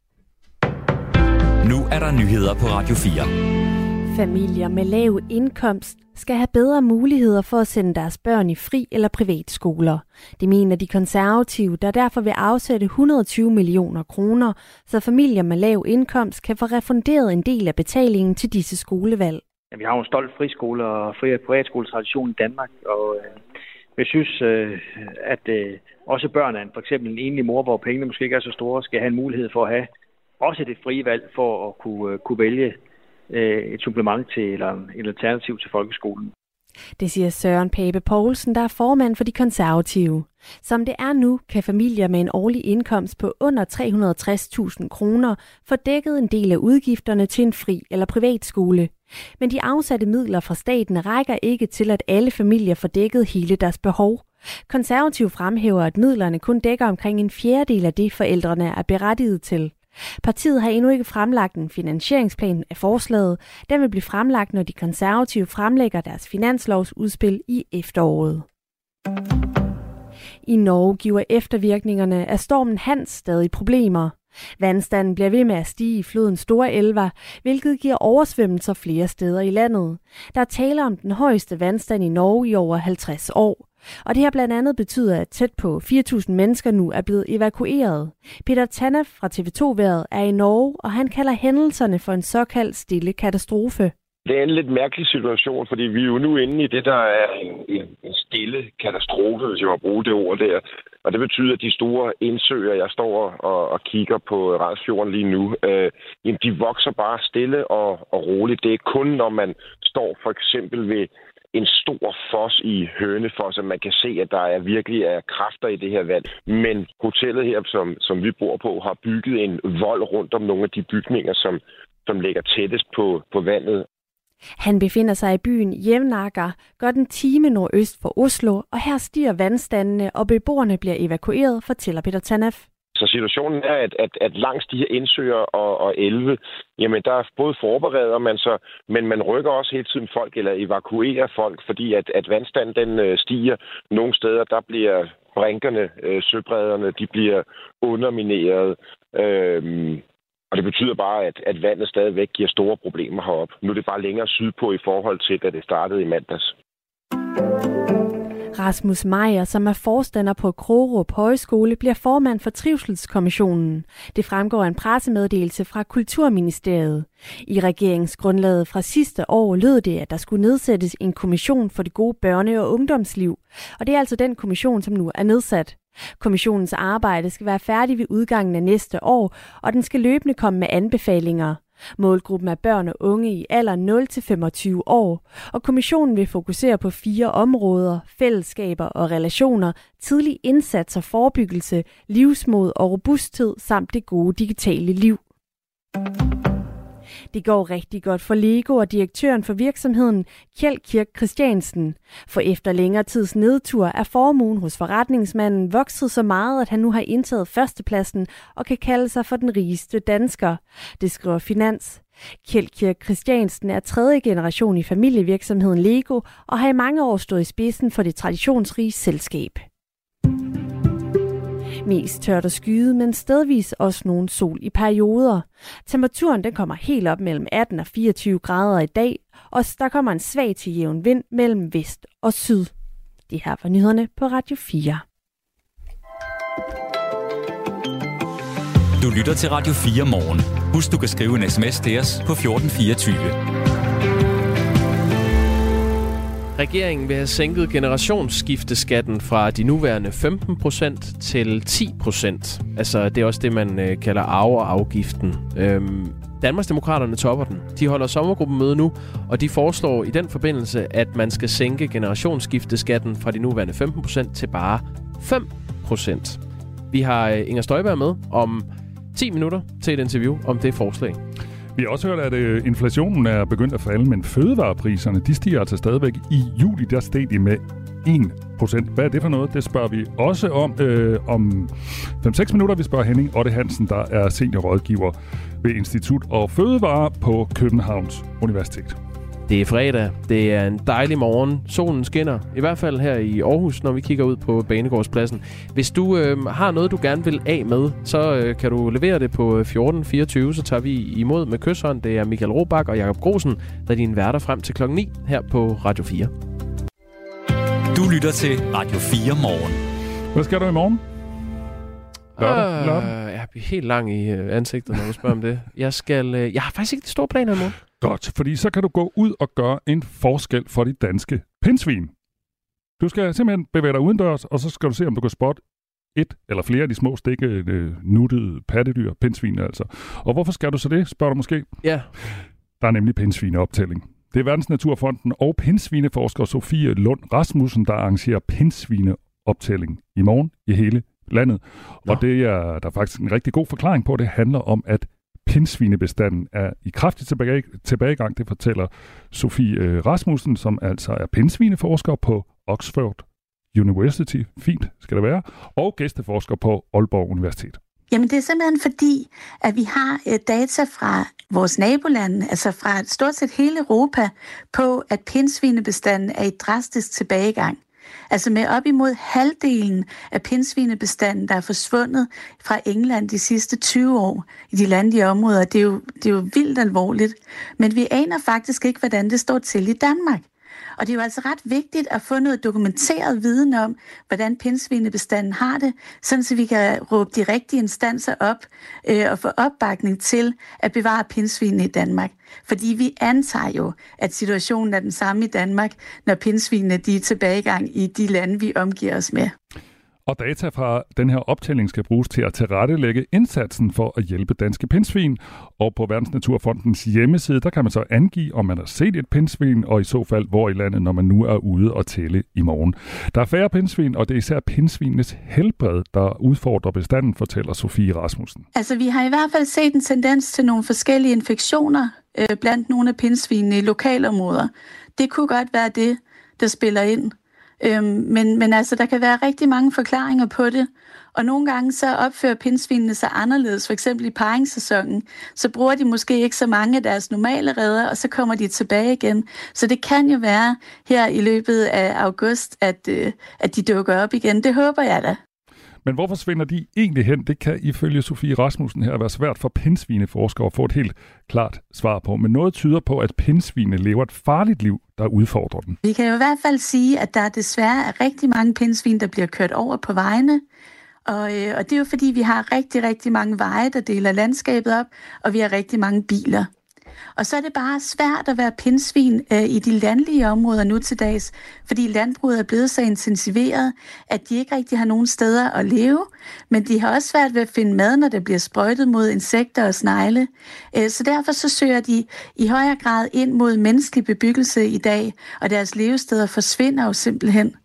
S2: Nu er der nyheder på Radio fire.
S14: Familier med lav indkomst skal have bedre muligheder for at sende deres børn i fri- eller privatskoler. Det mener de konservative, der derfor vil afsætte et hundrede og tyve millioner kroner, så familier med lav indkomst kan få refunderet en del af betalingen til disse skolevalg.
S15: Ja, vi har jo en stolt friskole- og fri- og privatskoletradition i Danmark, og øh, jeg synes, øh, at øh, også børn af for eksempel en enlig mor, hvor pengene måske ikke er så store, skal have en mulighed for at have også det frie valg for at kunne, øh, kunne vælge et supplement til eller et alternativ til folkeskolen.
S14: Det siger Søren Pape Poulsen, der er formand for de konservative. Som det er nu, kan familier med en årlig indkomst på under tre hundrede og tres tusind kroner få dækket en del af udgifterne til en fri- eller privatskole. Men de afsatte midler fra staten rækker ikke til, at alle familier får dækket hele deres behov. Konservative fremhæver, at midlerne kun dækker omkring en fjerdedel af det, forældrene er berettiget til. Partiet har endnu ikke fremlagt en finansieringsplan af forslaget. Den vil blive fremlagt, når de konservative fremlægger deres finanslovsudspil i efteråret. I Norge giver eftervirkningerne af stormen Hans stadig problemer. Vandstanden bliver ved med at stige i floden Store Elva, hvilket giver oversvømmelser flere steder i landet. Der er tale om den højeste vandstand i Norge i over halvtreds år. Og det her blandt andet betyder, at tæt på fire tusind mennesker nu er blevet evakueret. Peter Tanef fra T V to-vejret er i Norge, og han kalder hændelserne for en såkaldt stille katastrofe.
S16: Det er en lidt mærkelig situation, fordi vi er jo nu inde i det, der er en, en, en stille katastrofe, hvis jeg må bruge det ord der. Og det betyder, at de store indsøer, jeg står og, og kigger på Radsfjorden lige nu, øh, jamen de vokser bare stille og, og roligt. Det er kun, når man står for eksempel ved en stor foss i Hønefoss, at man kan se, at der er virkelig er kræfter i det her vand. Men hotellet her, som, som vi bor på, har bygget en vold rundt om nogle af de bygninger, som, som ligger tættest på, på vandet.
S14: Han befinder sig i byen Jevnaker, godt en time nordøst for Oslo, og her stiger vandstandene, og beboerne bliver evakueret, fortæller Peter Tanef.
S16: Så situationen er, at, at, at langs de her indsøer og, og elve, jamen der er både forbereder man sig, men man rykker også hele tiden folk, eller evakuerer folk, fordi at, at vandstanden den øh, stiger. Nogle steder, der bliver brinkerne, øh, søbredderne, de bliver undermineret. Øhm, og det betyder bare, at, at vandet stadigvæk giver store problemer heroppe. Nu er det bare længere sydpå i forhold til, da det startede i mandags.
S14: Rasmus Meier, som er forstander på Krogerup Højskole, bliver formand for Trivselskommissionen. Det fremgår af en pressemeddelelse fra Kulturministeriet. I regeringsgrundlaget fra sidste år lød det, at der skulle nedsættes en kommission for det gode børne- og ungdomsliv. Og det er altså den kommission, som nu er nedsat. Kommissionens arbejde skal være færdig ved udgangen af næste år, og den skal løbende komme med anbefalinger. Målgruppen er børn og unge i alderen nul til femogtyve år, og kommissionen vil fokusere på fire områder: fællesskaber og relationer, tidlig indsats og forebyggelse, livsmod og robusthed samt det gode digitale liv. Det går rigtig godt for Lego og direktøren for virksomheden, Kjeld Kirk Christiansen. For efter længere tids nedtur er formuen hos forretningsmanden vokset så meget, at han nu har indtaget førstepladsen og kan kalde sig for den rigeste dansker. Det skriver Finans. Kjeld Kirk Christiansen er tredje generation i familievirksomheden Lego og har i mange år stået i spidsen for det traditionsrige selskab. Mest tørt og skyet, men stedvis også nogen sol i perioder. Temperaturen den kommer helt op mellem atten og fireogtyve grader i dag, og der kommer en svag til jævn vind mellem vest og syd. Det her var nyhederne på Radio fire.
S2: Du lytter til Radio fire morgen. Husk, du kan skrive en sms til os på fjorten fireogtyve.
S3: Regeringen vil have sænket generationsskifteskatten fra de nuværende femten procent til ti procent. Altså, det er også det, man øh, kalder arveafgiften. Øhm, Danmarksdemokraterne topper den. De holder sommergruppen møde nu, og de foreslår i den forbindelse, at man skal sænke generationsskifteskatten fra de nuværende femten procent til bare fem procent. Vi har øh, Inger Støjberg med om ti minutter til et interview om det forslag.
S4: Vi har også hørt, at øh, inflationen er begyndt at falde, men fødevarepriserne, de stiger altså stadigvæk. I juli, der steg de med en procent. Hvad er det for noget? Det spørger vi også om øh, om fem til seks minutter. Vi spørger Henning Otte Hansen, der er seniorrådgiver ved Institut og Fødevare på Københavns Universitet.
S3: Det er fredag. Det er en dejlig morgen. Solen skinner. I hvert fald her i Aarhus, når vi kigger ud på Banegårdspladsen. Hvis du øh, har noget, du gerne vil af med, så øh, kan du levere det på fjorten fireogtyve. Så tager vi imod med kysshånd. Det er Michael Robach og Jakob Grosen, der er dine værter frem til klokken ni her på Radio fire.
S2: Du lytter til Radio fire morgen.
S4: Hvad skal du i morgen? Lørdag?
S3: Øh,
S4: Lørdag?
S3: jeg bliver helt lang i ansigtet, når du spørger om det. Jeg skal. Øh, jeg har faktisk ikke de store planer i morgen.
S4: Godt, fordi så kan du gå ud og gøre en forskel for de danske pindsvin. Du skal simpelthen bevæge dig udendørs, og så skal du se, om du kan spotte et eller flere af de små stikke, øh, nuttede pattedyr, pindsvin altså. Og hvorfor skal du så det, spørger du måske?
S3: Ja.
S4: Der er nemlig pindsvineoptælling. Det er Verdensnaturfonden og pindsvineforsker Sofie Lund Rasmussen, der arrangerer pindsvineoptælling i morgen i hele landet. Nå. Og det er der er faktisk en rigtig god forklaring på. Det handler om, at pindsvinebestanden er i kraftig tilbage, tilbagegang. Det fortæller Sofie Rasmussen, som altså er pindsvineforsker på Oxford University. Fint skal det være. Og gæsteforsker på Aalborg Universitet.
S17: Jamen det er simpelthen fordi, at vi har data fra vores nabolande, altså fra stort set hele Europa, på at pindsvinebestanden er i drastisk tilbagegang. Altså med op imod halvdelen af pindsvinebestanden, der er forsvundet fra England de sidste tyve år i de landlige områder. Det er jo, det er jo vildt alvorligt. Men vi aner faktisk ikke, hvordan det står til i Danmark. Og det er jo altså ret vigtigt at få noget dokumenteret viden om, hvordan pindsvinebestanden har det, sådan så vi kan råbe de rigtige instanser op øh, og få opbakning til at bevare pindsvinene i Danmark. Fordi vi antager jo, at situationen er den samme i Danmark, når pindsvinene de er tilbagegang i de lande, vi omgiver os med.
S4: Og data fra den her optælling skal bruges til at tilrettelægge indsatsen for at hjælpe danske pindsvin. Og på Verdensnaturfondens hjemmeside, der kan man så angive, om man har set et pindsvin, og i så fald, hvor i landet, når man nu er ude og tælle i morgen. Der er færre pindsvin, og det er især pindsvinenes helbred, der udfordrer bestanden, fortæller Sofie Rasmussen.
S17: Altså, vi har i hvert fald set en tendens til nogle forskellige infektioner øh, blandt nogle af pindsvinene i lokalområder. Det kunne godt være det, der spiller ind. Øhm, men, men altså, der kan være rigtig mange forklaringer på det, og nogle gange så opfører pindsvinene sig anderledes, for eksempel i parringssæsonen, så bruger de måske ikke så mange af deres normale reder, og så kommer de tilbage igen. Så det kan jo være her i løbet af august, at, øh, at de dukker op igen. Det håber jeg da.
S4: Men hvor forsvinder de egentlig hen? Det kan ifølge Sofie Rasmussen her være svært for pindsvineforskere at få et helt klart svar på. Men noget tyder på, at pindsvine lever et farligt liv, der udfordrer dem.
S17: Vi kan jo i hvert fald sige, at der desværre er rigtig mange pindsvin, der bliver kørt over på vejene. Og, øh, og det er jo fordi, vi har rigtig, rigtig mange veje, der deler landskabet op, og vi har rigtig mange biler. Og så er det bare svært at være pindsvin øh, i de landlige områder nu til dags, fordi landbruget er blevet så intensiveret, at de ikke rigtig har nogen steder at leve, men de har også svært ved at finde mad, når der bliver sprøjtet mod insekter og snegle. Øh, så derfor så søger de i højere grad ind mod menneskelig bebyggelse i dag, og deres levesteder forsvinder jo simpelthen.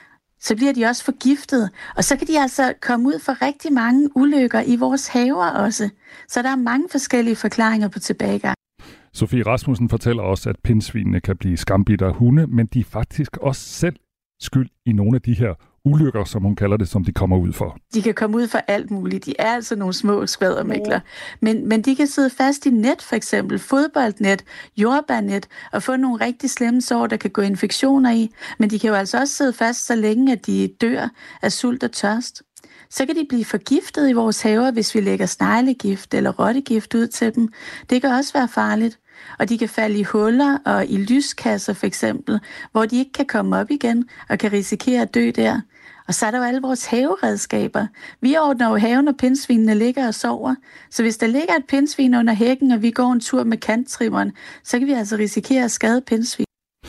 S17: Så bliver de også forgiftet, og så kan de altså komme ud for rigtig mange ulykker i vores haver også. Så der er mange forskellige forklaringer på tilbagegang.
S4: Sofie Rasmussen fortæller også, at pindsvinene kan blive skambidt af hunde, men de er faktisk også selv skyld i nogle af de her ulykker, som hun kalder det, som de kommer ud for.
S17: De kan komme ud for alt muligt. De er altså nogle små skvadermikler. Men, men de kan sidde fast i net, for eksempel fodboldnet, jordbærnet, og få nogle rigtig slemme sår, der kan gå infektioner i. Men de kan jo altså også sidde fast så længe, at de dør af sult og tørst. Så kan de blive forgiftet i vores haver, hvis vi lægger sneglegift eller rottegift ud til dem. Det kan også være farligt. Og de kan falde i huller og i lyskasser for eksempel, hvor de ikke kan komme op igen og kan risikere at dø der. Og så er der jo alle vores haveredskaber. Vi ordner jo haven, når pindsvinene ligger og sover. Så hvis der ligger et pindsvin under hækken, og vi går en tur med kanttrimmeren, så kan vi altså risikere at skade pindsvin.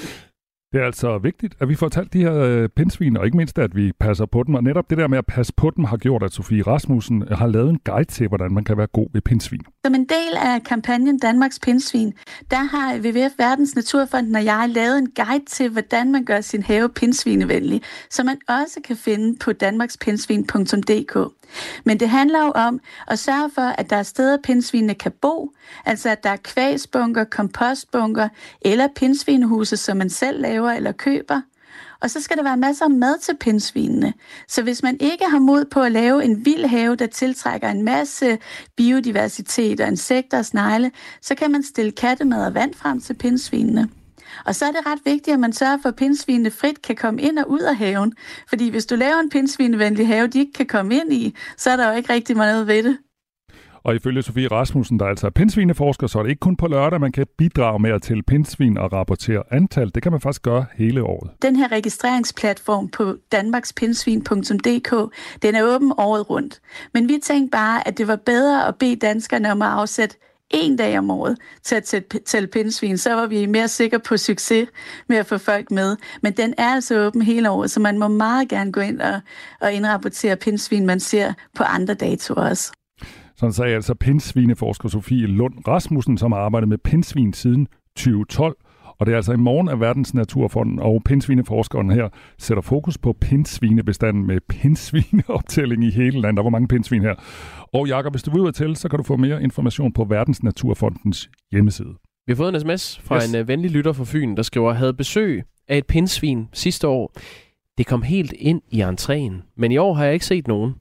S4: Det er altså vigtigt, at vi får talt de her øh, pindsvin, og ikke mindst, at vi passer på dem. Og netop det der med at passe på dem har gjort, at Sofie Rasmussen har lavet en guide til, hvordan man kan være god ved pindsvin.
S17: Som en del af kampagnen Danmarks Pindsvin, der har W W F Verdens Naturfonden og jeg lavet en guide til, hvordan man gør sin have pindsvinevenlig, som man også kan finde på danmarkspindsvin punktum d k. Men det handler jo om at sørge for, at der er steder, pindsvinene kan bo, altså at der er kvægsbunker, kompostbunker eller pindsvinehuse, som man selv laver eller køber. Og så skal der være masser af mad til pindsvinene. Så hvis man ikke har mod på at lave en vild have, der tiltrækker en masse biodiversitet og insekter og snegle, så kan man stille kattemad og vand frem til pindsvinene. Og så er det ret vigtigt, at man sørger for, at pindsvinene frit kan komme ind og ud af haven. Fordi hvis du laver en pindsvinevenlig have, de ikke kan komme ind i, så er der jo ikke rigtig meget ved det.
S4: Og ifølge Sofie Rasmussen, der altså er pindsvineforsker, så er det ikke kun på lørdag, man kan bidrage med at tælle pindsvin og rapportere antal. Det kan man faktisk gøre hele året.
S17: Den her registreringsplatform på danmarkspindsvin punktum d k, den er åben året rundt. Men vi tænkte bare, at det var bedre at bede danskerne om at afsætte en dag om året til at tælle pindsvin, så var vi mere sikre på succes med at få folk med. Men den er altså åben hele året, så man må meget gerne gå ind og, og indrapportere pindsvin, man ser på andre datoer også.
S4: Sådan sagde altså pindsvineforsker Sofie Lund Rasmussen, som har arbejdet med pindsvin siden tyve tolv. Og det er altså i morgen, at Verdens Naturfond og pindsvineforskeren her sætter fokus på pindsvinebestanden med pindsvineoptælling i hele landet. Der var mange pindsvin her. Og Jakob, hvis du vil ud og tælle, så kan du få mere information på Verdens Naturfondens hjemmeside.
S3: Vi har fået en sms fra
S4: yes.
S3: en uh, venlig lytter fra Fyn, der skriver, havde besøg af et pindsvin sidste år. Det kom helt ind i entréen, men i år har jeg ikke set nogen.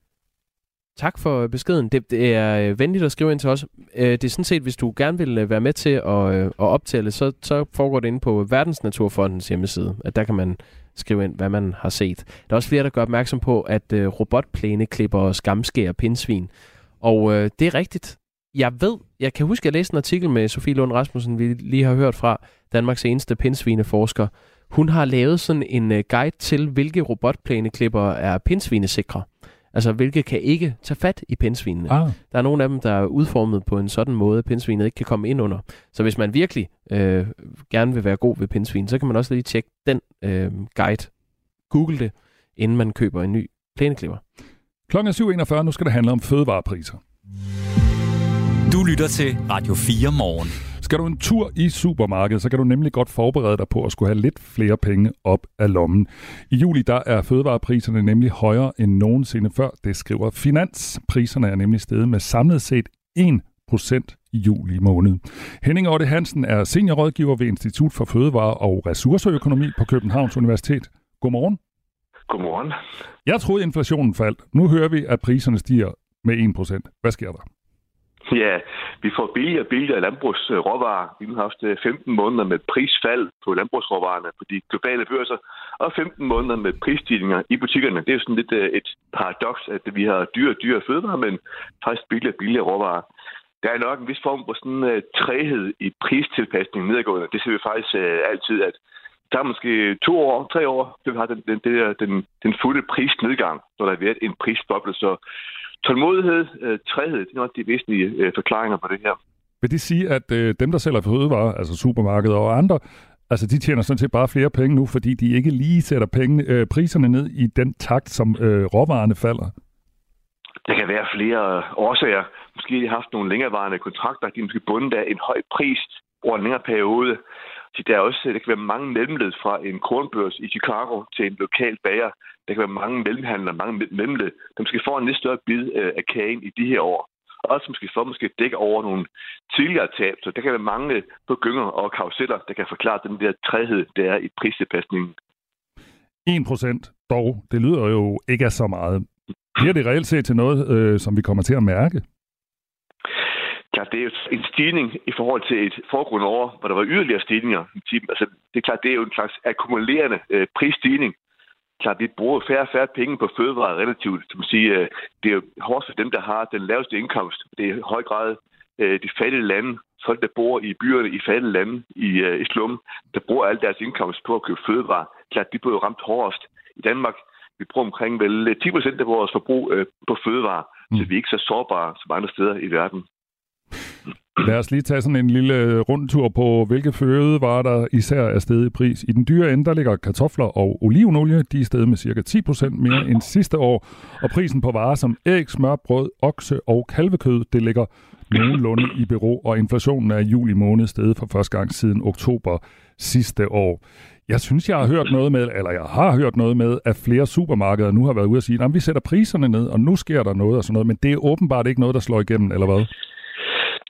S3: Tak for beskeden. Det, det er venligt at skrive ind til os. Det er sådan set, hvis du gerne vil være med til at, at optælle, så, så foregår det inde på Verdens Naturfondens hjemmeside. At der kan man skrive ind, hvad man har set. Der er også flere, der gør opmærksom på, at robotplæneklipper og skamskærer pindsvin. Og øh, det er rigtigt. Jeg ved, jeg kan huske, at jeg læste en artikel med Sofie Lund Rasmussen, vi lige har hørt fra, Danmarks eneste pindsvineforsker. Hun har lavet sådan en guide til, hvilke robotplæneklipper er pindsvinesikre. Altså, hvilke kan ikke tage fat i pindsvinene. Ah. Der er nogle af dem, der er udformet på en sådan måde, at pindsvinet ikke kan komme ind under. Så hvis man virkelig øh, gerne vil være god ved pindsvin, så kan man også lige tjekke den øh, guide. Google det, inden man køber en ny plæneklipper.
S4: Klokken er syv enogfyrre, nu skal det handle om fødevarepriser.
S2: Du lytter til Radio fire Morgen.
S4: Skal du en tur i supermarkedet, så kan du nemlig godt forberede dig på at skulle have lidt flere penge op af lommen. I juli der er fødevarepriserne nemlig højere end nogensinde før, det skriver Finans. Priserne er nemlig steget med samlet set en procent i juli måned. Henning Otte Hansen er seniorrådgiver ved Institut for Fødevare og Ressourceøkonomi på Københavns Universitet. Godmorgen.
S16: Godmorgen.
S4: Jeg troede, inflationen faldt. Nu hører vi, at priserne stiger med en procent. Hvad sker der?
S13: Ja, vi får billigere og billigere landbrugsråvarer. Vi har haft femten måneder med prisfald på landbrugsråvarerne på de globale børser, og femten måneder med prisstigninger i butikkerne. Det er jo sådan lidt et paradoks, at vi har dyre og dyre fødevarer, men faktisk billigere og billigere råvarer. Der er nok en vis form for sådan uh, træhed i pristilpasningen nedadgående. Det ser vi faktisk uh, altid, at der er måske to år, tre år, til vi har den, den, den, den fulde prisnedgang, når der er været en prisboble. Så tålmodighed, øh, træhed, det er nok de væsentlige øh, forklaringer på det her.
S4: Vil det sige, at øh, dem, der sælger fødevarer, altså supermarkeder og andre, altså de tjener sådan set bare flere penge nu, fordi de ikke lige sætter penge, øh, priserne ned i den takt, som øh, råvarerne falder?
S13: Der kan være flere årsager. Måske har de haft nogle længerevarende kontrakter, de er måske bundet af en høj pris over en længere periode. Så der, er også, der kan være mange mellemled fra en kornbørs i Chicago til en lokal bager. Der kan være mange mellemhandlere, mange mellemled, der måske får en lidt større bid af kagen i de her år. Også måske får måske dække over nogle tidligere tab. Så der kan være mange på gynger og karuseller, der kan forklare den der træhed, der er i pristilpasningen.
S4: en procent dog, det lyder jo ikke af så meget. Bliver det reelt set til noget, øh, som vi kommer til at mærke?
S13: Klart, det er jo en stigning i forhold til et foregående år, hvor der var yderligere stigninger. Altså, det er klart, det er jo en slags akkumulerende øh, prisstigning. Klart, vi bruger færre og færre penge på fødevarer relativt. Som man siger, det er jo hårdt for dem, der har den laveste indkomst. Det er i høj grad øh, de fattige lande, folk, der bor i byerne i fattige lande i, øh, i slum, der bruger al deres indkomst på at købe fødevarer. Klart, de bliver jo ramt hårdest. I Danmark, vi bruger omkring vel ti procent af vores forbrug øh, på fødevarer, mm. så vi er ikke så sårbare som andre steder i verden.
S4: Lad os lige tage sådan en lille rundtur på, hvilke fødevarer der især er steget i pris. I den dyre ende, der ligger kartofler og olivenolie. De er steget med cirka ti procent mere end sidste år. Og prisen på varer som æg, smør, brød, okse og kalvekød, det ligger nogenlunde i bero. Og inflationen er i juli måned steget for første gang siden oktober sidste år. Jeg synes, jeg har hørt noget med, eller jeg har hørt noget med, at flere supermarkeder nu har været ude og sige, at vi sætter priserne ned, og nu sker der noget og sådan noget. Men det er åbenbart ikke noget, der slår igennem, eller hvad?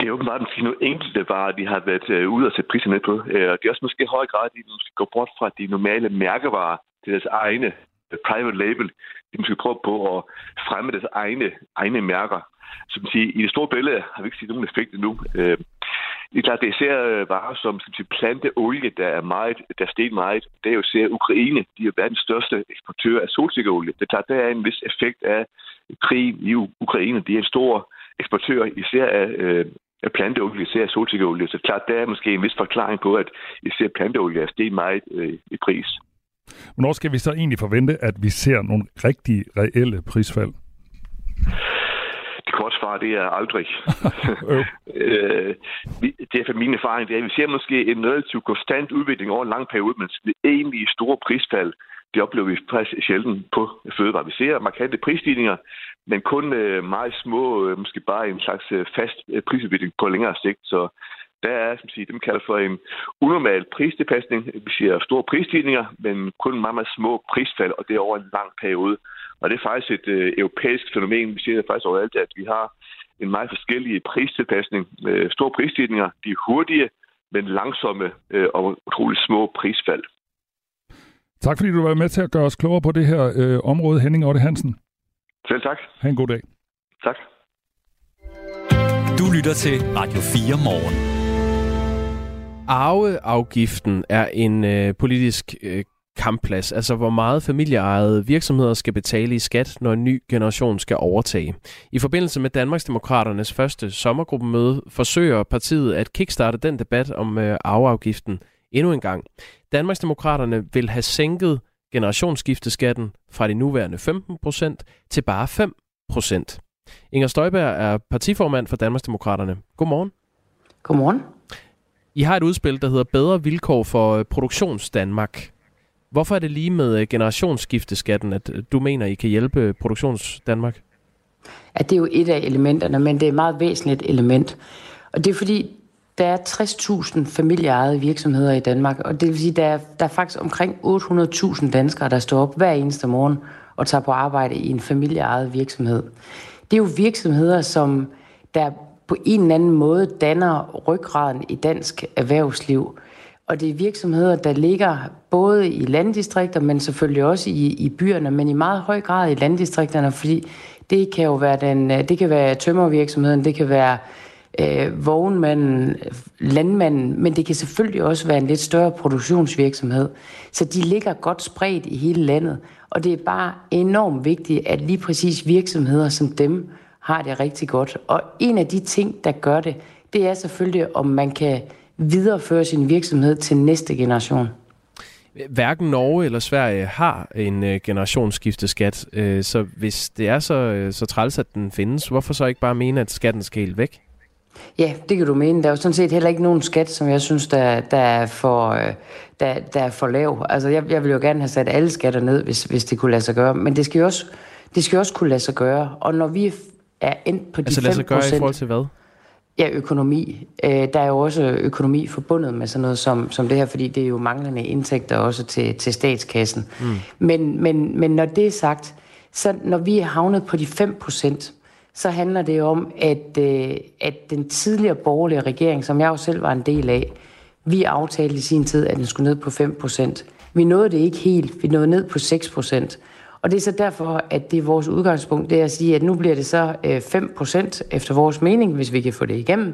S18: Det er åbenbart måske nogle enkelte varer, de har været øh, ude og sætte priserne ned på. Øh, og det er også måske i høj grad, at de måske går bort fra de normale mærkevarer til deres egne uh, private label. De måske prøve på at fremme deres egne, egne mærker. Så man siger, i det store billede har vi ikke set nogen effekt endnu. Øh, det er klart, det er især varer som, som siger, planteolie, der er meget, der er steget meget. Det er jo især Ukraine. De er verdens største eksportør af solsikkeolie. Det er klart, der er en vis effekt af krigen i Ukraine. De er en stor eksportør især af øh, af planteolie, især solsikkeolie. Så klart, der er måske en vis forklaring på, at især planteolie er steget meget øh, i pris.
S4: Hvornår skal vi så egentlig forvente, at vi ser nogle rigtig reelle prisfald?
S18: Det korte svar, det er aldrig. øh, det er for min erfaring, det er, at vi ser måske en relativt konstant udvikling over en lang periode, men det egentlige store prisfald, det oplever vi faktisk sjældent på fødevarer. Vi ser markante prisstigninger, men kun øh, meget små, øh, måske bare en slags øh, fast øh, prisudvikling på længere sigt. Så der er, som siger, det man kalder for en unormal pristilpasning. Vi ser store prisstigninger, men kun meget, meget små prisfald, og det er over en lang periode. Og det er faktisk et øh, europæisk fænomen. Vi ser det faktisk overalt, at vi har en meget forskellig pristilpasning. Øh, store prisstigninger, de er hurtige, men langsomme øh, og utroligt små prisfald.
S4: Tak fordi du var med til at gøre os klogere på det her øh, område, Henning Otte Hansen.
S18: Selv tak.
S4: Ha' en god dag.
S18: Tak.
S2: Du lytter til Radio fire Morgen.
S3: Arveafgiften er en øh, politisk øh, kampplads, altså hvor meget familieejede virksomheder skal betale i skat, når en ny generation skal overtage. I forbindelse med Danmarksdemokraternes første sommergruppemøde forsøger partiet at kickstarte den debat om øh, arveafgiften endnu en gang. Danmarksdemokraterne vil have sænket generationsskifteskatten fra de nuværende femten procent til bare fem procent. Inger Støjberg er partiformand for Danmarksdemokraterne. Godmorgen.
S19: Godmorgen.
S3: I har et udspil, der hedder Bedre vilkår for Produktionsdanmark. Hvorfor er det lige med generationsskifteskatten, at du mener, I kan hjælpe Produktionsdanmark?
S19: Ja, det er jo et af elementerne, men det er et meget væsentligt element. Og det er fordi, der er tres tusind familieejede virksomheder i Danmark, og det vil sige, at der er, der er faktisk omkring otte hundrede tusind danskere, der står op hver eneste morgen og tager på arbejde i en familieejet virksomhed. Det er jo virksomheder, som der på en eller anden måde danner ryggraden i dansk erhvervsliv. Og det er virksomheder, der ligger både i landdistrikter, men selvfølgelig også i, i byerne, men i meget høj grad i landdistrikterne, fordi det kan jo være, den, det kan være tømmervirksomheden, det kan være øh, vognmanden, landmanden, men det kan selvfølgelig også være en lidt større produktionsvirksomhed. Så de ligger godt spredt i hele landet, og det er bare enormt vigtigt, at lige præcis virksomheder som dem har det rigtig godt. Og en af de ting, der gør det, det er selvfølgelig, om man kan videreføre sin virksomhed til næste generation.
S3: Hverken Norge eller Sverige har en øh, generationsskifteskat, øh, så hvis det er så, øh, så træls, at den findes, hvorfor så ikke bare mene, at skatten skal helt væk?
S19: Ja, det kan du mene. Der er jo sådan set heller ikke nogen skat, som jeg synes, der, der, er, for, øh, der, der er for lav. Altså, jeg, jeg vil jo gerne have sat alle skatter ned, hvis, hvis det kunne lade sig gøre, men det skal jo også, det skal jo også kunne lade sig gøre. Og når vi er endt på de
S3: altså,
S19: fem procent...
S3: Altså lade sig gøre i forhold til hvad?
S19: Ja, økonomi. Der er jo også økonomi forbundet med sådan noget som, som det her, fordi det er jo manglende indtægter også til, til statskassen. Mm. Men, men, men når det er sagt, så når vi er havnet på de fem procent, så handler det om, at, at den tidligere borgerlige regering, som jeg jo selv var en del af, vi aftalte i sin tid, at den skulle ned på fem procent. Vi nåede det ikke helt. Vi nåede ned på seks procent. Og det er så derfor, at det er vores udgangspunkt, det er at sige, at nu bliver det så fem procent efter vores mening, hvis vi kan få det igennem.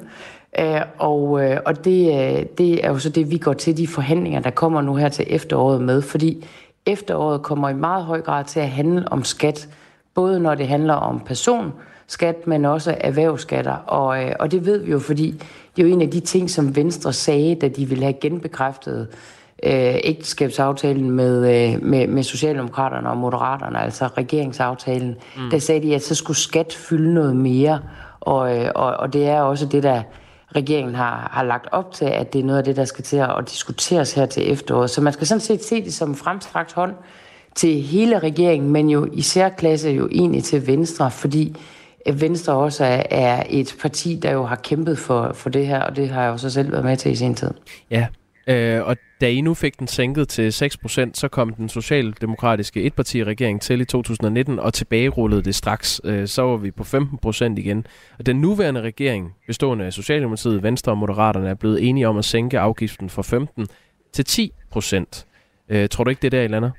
S19: Og, og det, det er jo så det, vi går til de forhandlinger, der kommer nu her til efteråret med, fordi efteråret kommer i meget høj grad til at handle om skat, både når det handler om personskat, men også erhvervsskatter. Og, og det ved vi jo, fordi det er jo en af de ting, som Venstre sagde, da de ville have genbekræftet Øh, ægteskabsaftalen med, øh, med, med Socialdemokraterne og Moderaterne, altså regeringsaftalen, mm. der sagde de, at så skulle skat fylde noget mere, og, øh, og, og det er også det, der regeringen har, har lagt op til, at det er noget af det, der skal til at diskuteres her til efteråret. Så man skal sådan set se det som en fremstrakt hånd til hele regeringen, men jo i særklasse jo egentlig til Venstre, fordi Venstre også er, er et parti, der jo har kæmpet for, for det her, og det har jeg jo så selv været med til i sin tid.
S3: Ja. Øh, og da I nu fik den sænket til seks procent, så kom den socialdemokratiske etpartiregering til i to tusind nitten og tilbagerullede det straks. Øh, så var vi på femten procent igen. Og den nuværende regering, bestående af Socialdemokratiet, Venstre og Moderaterne, er blevet enige om at sænke afgiften fra femten til ti procent. Øh, tror du ikke, det er der, I lander?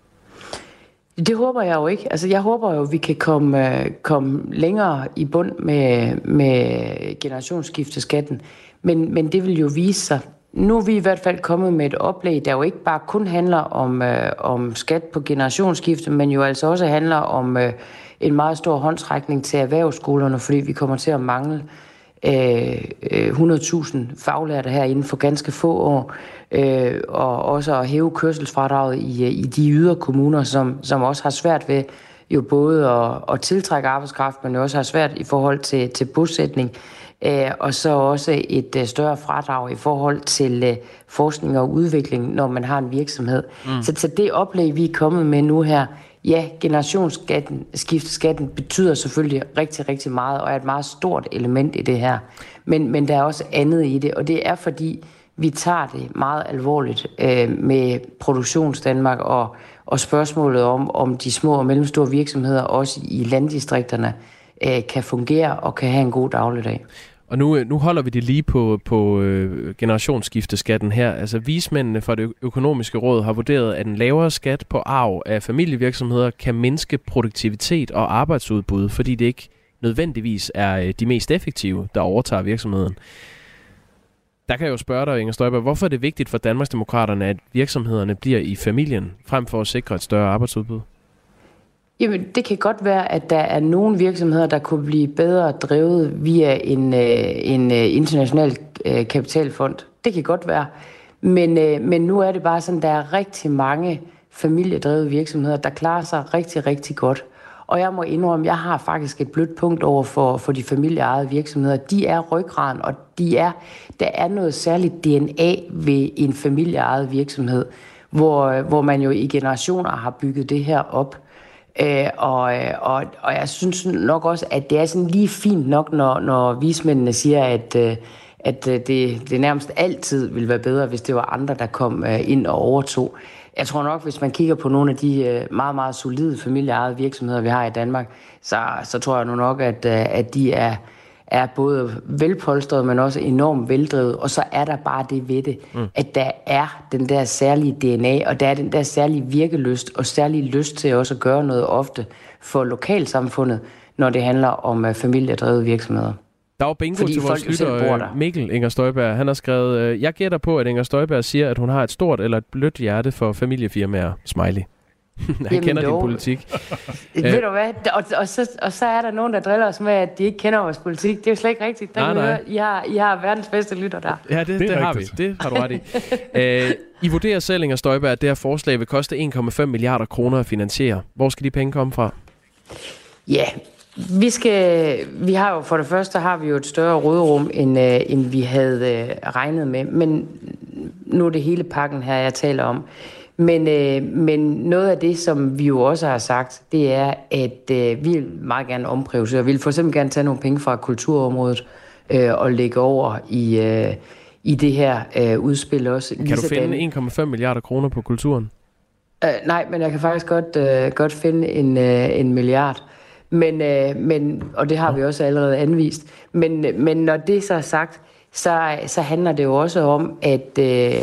S19: Det håber jeg jo ikke. Altså, jeg håber jo, at vi kan komme, komme længere i bund med, med generationsskifteskatten. Men, men det vil jo vise sig. Nu er vi i hvert fald kommet med et oplæg, der jo ikke bare kun handler om, øh, om skat på generationsskifte, men jo altså også handler om øh, en meget stor håndsrækning til erhvervsskolerne, fordi vi kommer til at mangle øh, hundrede tusind faglærte her inden for ganske få år, øh, og også at hæve kørselsfradraget i, i de yderkommuner, som, som også har svært ved jo både at, at tiltrække arbejdskraft, men jo også har svært i forhold til, til bosætning. Øh, og så også et øh, større fradrag i forhold til øh, forskning og udvikling, når man har en virksomhed. Mm. Så, så det oplæg, vi er kommet med nu her, ja, generationsskatten, skifteskatten betyder selvfølgelig rigtig, rigtig meget, og er et meget stort element i det her. Men, men der er også andet i det, og det er fordi, vi tager det meget alvorligt øh, med Produktionsdanmark og, og spørgsmålet om, om de små og mellemstore virksomheder, også i landdistrikterne, øh, kan fungere og kan have en god dagligdag.
S3: Og nu, nu holder vi det lige på, på øh, generationsskifteskatten her. Altså vismændene fra det økonomiske råd har vurderet, at en lavere skat på arv af familievirksomheder kan mindske produktivitet og arbejdsudbud, fordi det ikke nødvendigvis er øh, de mest effektive, der overtager virksomheden. Der kan jeg jo spørge dig, Inger Støjberg, hvorfor er det vigtigt for Danmarksdemokraterne, at virksomhederne bliver i familien, frem for at sikre et større arbejdsudbud?
S19: Jamen, det kan godt være, at der er nogle virksomheder, der kunne blive bedre drevet via en, en international kapitalfond. Det kan godt være. Men, men nu er det bare sådan, at der er rigtig mange familiedrevede virksomheder, der klarer sig rigtig, rigtig godt. Og jeg må indrømme, at jeg har faktisk et blødt punkt over for, for de familieejede virksomheder. De er ryggraden, og de er, der er noget særligt D N A ved en familieejet virksomhed, hvor, hvor man jo i generationer har bygget det her op. Øh, og, og, og jeg synes nok også, at det er sådan lige fint nok, når, når vismændene siger, at, at det, det nærmest altid ville være bedre, hvis det var andre, der kom ind og overtog. Jeg tror nok, hvis man kigger på nogle af de meget, meget solide familieejede virksomheder, vi har i Danmark, så, så tror jeg nu nok, at, at de er, er både velpolstrede, men også enormt veldrevet. Og så er der bare det ved det, mm. at der er den der særlige D N A, og der er den der særlige virkelyst, og særlig lyst til også at gøre noget ofte for lokalsamfundet, når det handler om familiedrevede virksomheder.
S3: Der var bingo til vores lytter, Mikkel Inger Støjberg. Han har skrevet, jeg gætter på, at Inger Støjberg siger, at hun har et stort eller et blødt hjerte for familiefirmaer. Smiley. Han Jamen kender dog. Din politik.
S19: Ved du hvad? Og, og, så, og så er der nogen, der driller os med, at de ikke kender vores politik. Det er jo slet ikke rigtigt. Der nej, nej. I, har, I har verdens bedste lytter der.
S3: Ja, det, det, det har vi. Det har du ret i. Æ, I vurderer selv, Inger Støjberg, at det her forslag vil koste en komma fem milliarder kroner at finansiere. Hvor skal de penge komme fra?
S19: Ja, yeah. Vi skal, vi har jo for det første har vi jo et større råderum, end, øh, end vi havde øh, regnet med. Men nu er det hele pakken her, jeg taler om. Men, øh, men noget af det, som vi jo også har sagt, det er, at øh, vi vil meget gerne omprioritere. Vi vil for eksempel gerne tage nogle penge fra kulturområdet øh, og lægge over i, øh, i det her øh, udspil også.
S3: Kan du finde en komma fem milliarder kroner på kulturen?
S19: Øh, nej, men jeg kan faktisk godt, øh, godt finde en, øh, en milliard. Men, øh, men, og det har vi også allerede anvist. Men, men når det så er sagt, så, så handler det jo også om, at, øh,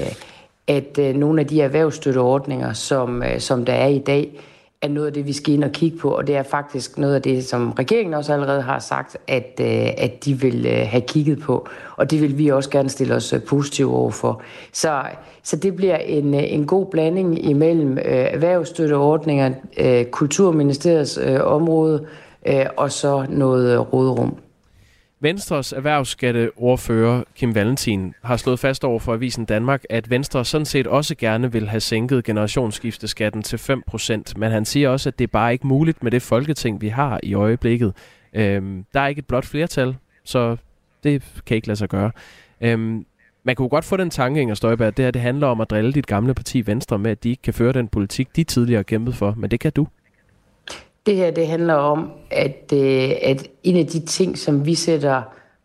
S19: at øh, nogle af de erhvervsstøtteordninger, som, øh, som der er i dag, er noget af det, vi skal ind og kigge på. Og det er faktisk noget af det, som regeringen også allerede har sagt, at, øh, at de vil øh, have kigget på. Og det vil vi også gerne stille os øh, positive overfor. Så, så det bliver en, øh, en god blanding imellem øh, erhvervsstøtteordninger, øh, Kulturministeriets øh, område, øh, og så noget øh, råderum.
S3: Venstres erhvervsskatteordfører Kim Valentin har slået fast over for Avisen Danmark, at Venstre sådan set også gerne vil have sænket generationsskifteskatten til fem procent, men han siger også, at det er bare ikke muligt med det folketing, vi har i øjeblikket. Øhm, der er ikke et blot flertal, så det kan ikke lade sig gøre. Øhm, man kunne godt få den tanke, Inger Støjberg, at det her det handler om at drille dit gamle parti Venstre med, at de ikke kan føre den politik, de tidligere har kæmpet for, men det kan du.
S19: Det her, det handler om, at, øh, at en af de ting, som vi sætter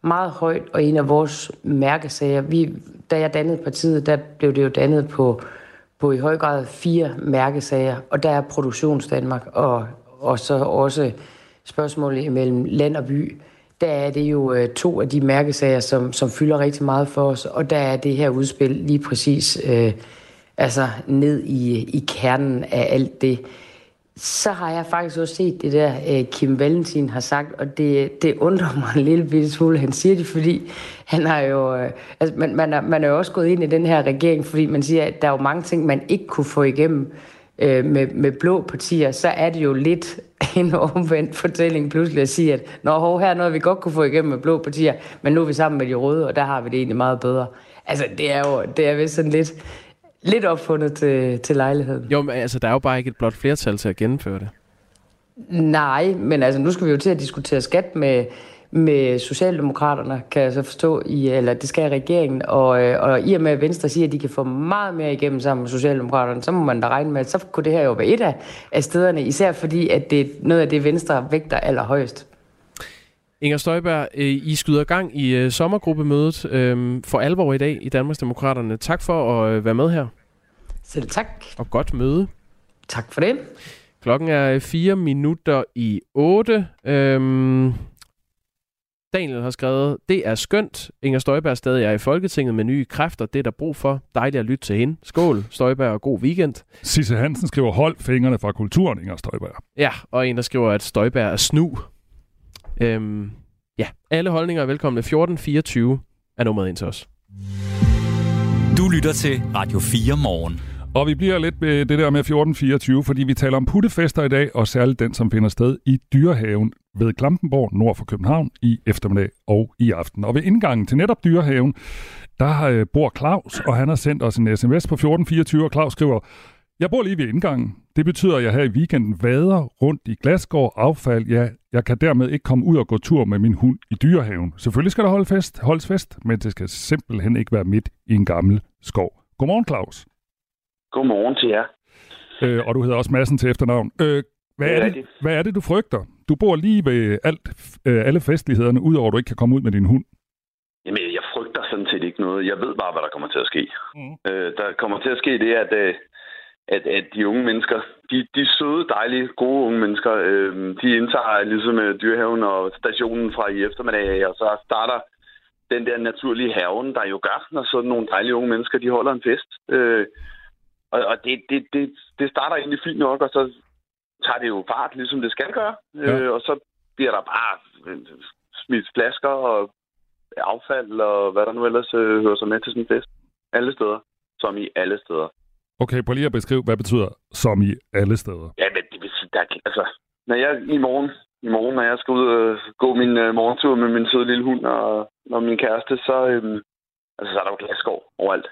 S19: meget højt, og en af vores mærkesager. Vi, da jeg dannede partiet, der blev det jo dannet på, på i høj grad fire mærkesager, og der er Produktionsdanmark, og, og så også spørgsmålet imellem land og by. Der er det jo øh, to af de mærkesager, som, som fylder rigtig meget for os, og der er det her udspil lige præcis øh, altså ned i, i kernen af alt det. Så har jeg faktisk også set det der, øh, Kim Valentin har sagt, og det, det undrer mig en lille bitte smule, han siger det, fordi han har jo, øh, altså man, man, er, man er jo også gået ind i den her regering, fordi man siger, at der er jo mange ting, man ikke kunne få igennem øh, med, med blå partier. Så er det jo lidt en omvendt fortælling pludselig at sige, at nå, hov, her er noget, vi godt kunne få igennem med blå partier, men nu er vi sammen med de røde, og der har vi det egentlig meget bedre. Altså, det er jo det er vist sådan lidt... Lidt opfundet til, til lejligheden.
S3: Jo, men altså, der er jo bare ikke et blot flertal til at gennemføre det.
S19: Nej, men altså, nu skal vi jo til at diskutere skat med, med Socialdemokraterne, kan jeg så forstå, i, eller det skal regeringen, og, og i og med, at Venstre siger, at de kan få meget mere igennem sammen med Socialdemokraterne, så må man da regne med, at så kunne det her jo være et af, af stederne, især fordi, at det er noget af det, Venstre vægter allerhøjst.
S3: Inger Støjberg, I skyder gang i sommergruppemødet for alvor i dag i Danmarksdemokraterne. Tak for at være med her.
S19: Selv tak.
S3: Og godt møde.
S19: Tak for det.
S3: Klokken er fire minutter i otte. Øhm, Daniel har skrevet, det er skønt. Inger Støjberg stadig er i Folketinget med nye kræfter. Det er der brug for. Dejligt at lytte til hende. Skål, Støjberg, og god weekend.
S4: Sisse Hansen skriver, hold fingrene fra kulturen, Inger Støjberg.
S3: Ja, og en, der skriver, at Støjberg er snu. Øhm, ja, alle holdninger er velkomne. fjorten fireogtyve er nummeret ind til os.
S2: Du lytter til Radio fire Morgen.
S4: Og vi bliver lidt ved det der med fjorten fireogtyve, fordi vi taler om puttefester i dag, og særligt den, som finder sted i Dyrehaven ved Klampenborg, nord for København, i eftermiddag og i aften. Og ved indgangen til netop Dyrehaven, der bor Claus, og han har sendt os en sms på fjorten fireogtyve, og Claus skriver, jeg bor lige ved indgangen. Det betyder, at jeg her i weekenden vader rundt i glasgård affald. Ja, jeg kan dermed ikke komme ud og gå tur med min hund i Dyrehaven. Selvfølgelig skal der holde fest, holdes fest, men det skal simpelthen ikke være midt i en gammel skov. Godmorgen, Claus.
S20: Godmorgen til jer.
S4: Øh, og du hedder også Madsen til efternavn. Øh, hvad, er det, hvad er det, du frygter? Du bor lige ved alt, øh, alle festlighederne, udover at du ikke kan komme ud med din hund.
S20: Jamen, jeg frygter sådan set ikke noget. Jeg ved bare, hvad der kommer til at ske. Mm. Øh, der kommer til at ske det, at... Øh, At, at de unge mennesker, de, de søde, dejlige, gode unge mennesker, øh, de indtager ligesom Dyrehaven og stationen fra i eftermiddag, og så starter den der naturlige haven, der jo gør, når sådan nogle dejlige unge mennesker, de holder en fest. Øh, og og det, det, det, det starter egentlig fint nok, og så tager det jo fart, ligesom det skal gøre. Ja. Øh, og så bliver der bare smidt flasker og affald, og hvad der nu ellers øh, hører sig med til sådan en fest. Alle steder, som i alle steder.
S4: Okay, prøv lige at beskrive, hvad betyder som i alle steder?
S20: Ja, men det betyder, der, altså, når jeg i morgen, i morgen, når jeg skal ud og gå min uh, morgentur med min søde lille hund og, og min kæreste, så, øhm, altså, så er der jo glasskov overalt.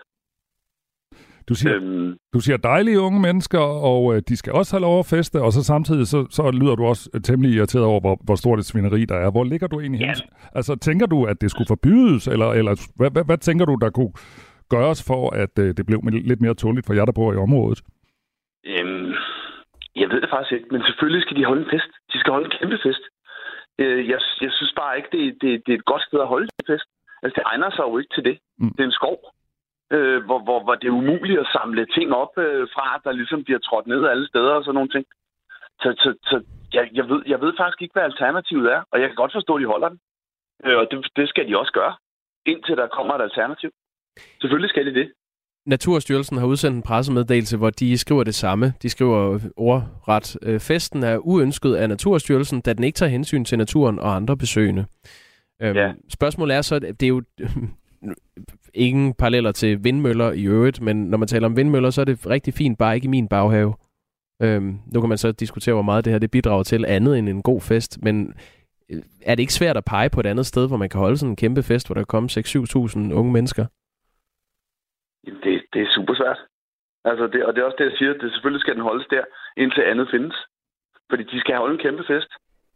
S4: Du siger, øhm, du siger dejlige unge mennesker, og øh, de skal også have lov at feste, og så samtidig så, så lyder du også temmelig irriteret over, hvor, hvor stort et svineri der er. Hvor ligger du egentlig ja. hen? Altså, tænker du, at det skulle forbydes, eller, eller hvad, hvad, hvad tænker du, der kunne gøres for, at øh, det blev lidt mere tåligt for jer, der bor i området?
S20: Øhm, jeg ved det faktisk ikke, men selvfølgelig skal de holde en fest. De skal holde en kæmpe fest. Øh, jeg, jeg synes bare ikke, det, det, det er et godt sted at holde en fest. Altså, det egner sig jo ikke til det. Mm. Det er en skov, øh, hvor, hvor, hvor det er umuligt at samle ting op øh, fra, der ligesom bliver trådt ned alle steder og sådan nogle ting. Så, så, så jeg, jeg, ved, jeg ved faktisk ikke, hvad alternativet er, og jeg kan godt forstå, at de holder den. Øh, og det, det skal de også gøre, indtil der kommer et alternativ. Selvfølgelig skal de det.
S3: Naturstyrelsen har udsendt en pressemeddelelse, hvor de skriver det samme. De skriver ordret, festen er uønsket af Naturstyrelsen, da den ikke tager hensyn til naturen og andre besøgende. Ja. Spørgsmålet er så, det er jo ingen paralleller til vindmøller i øvrigt, men når man taler om vindmøller, så er det rigtig fint, bare ikke i min baghave. Øhm, nu kan man så diskutere, hvor meget det her det bidrager til andet end en god fest, men er det ikke svært at pege på et andet sted, hvor man kan holde sådan en kæmpe fest, hvor der kommer seks til syv tusind unge mennesker?
S20: Det, det er super svært. Altså det, og det er også det, jeg siger, at det selvfølgelig skal den holdes der, indtil andet findes. Fordi de skal holde en kæmpe fest.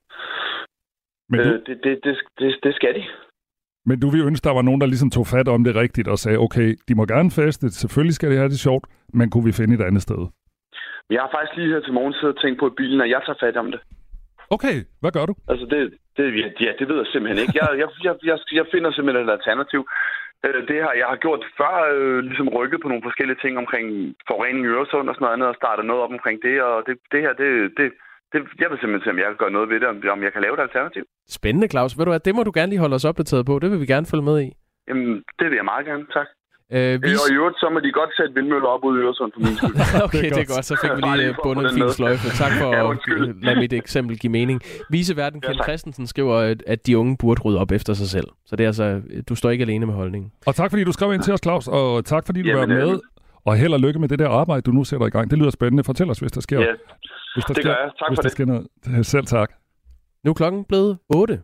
S20: Men du... øh, det, det, det, det, det skal de.
S4: Men du ville ønske, der var nogen, der ligesom tog fat om det rigtigt og sagde, okay, de må gerne feste, selvfølgelig skal det have det sjovt, men kunne vi finde et andet sted?
S20: Jeg har faktisk lige her til morgen siddet og tænkt på i bilen, at jeg tager fat om det.
S4: Okay, hvad gør du?
S20: Altså det, Det, ja, det ved jeg simpelthen ikke. Jeg, jeg, jeg, jeg, jeg finder simpelthen et alternativ. Det her, jeg har gjort før, øh, ligesom rykket på nogle forskellige ting omkring forurening i Øresund og sådan noget andet, og startet noget op omkring det, og det, det her, det, det, det, jeg vil simpelthen se, om jeg kan gøre noget ved det, om jeg kan lave et alternativ.
S3: Spændende, Claus. Ved du hvad, det må du gerne lige holde os opdateret på. Det vil vi gerne følge med i.
S20: Jamen, det vil jeg meget gerne, tak.
S3: Øh, vi...
S20: Og i øvrigt, så må de godt sætte vindmøller op ude i Øresund for min skyld.
S3: Okay, det er, det er godt. Så fik vi lige bundet en fin sløjfe. Tak for ja, at lade mit eksempel give mening. Viceverden Kent ja, Christensen skriver, at de unge burde rydde op efter sig selv. Så det er altså, du står ikke alene med holdningen.
S4: Og tak fordi du skrev ind til os, Claus, og tak fordi du Jamen, var med. Og held og lykke med det der arbejde, du nu sætter i gang. Det lyder spændende. Fortæl os, hvis der sker.
S20: Ja,
S4: hvis der
S20: det
S4: sker,
S20: gør jeg. Tak
S4: hvis
S20: for
S4: der
S20: det.
S4: Sker noget. Selv tak.
S3: Nu er klokken blevet otte.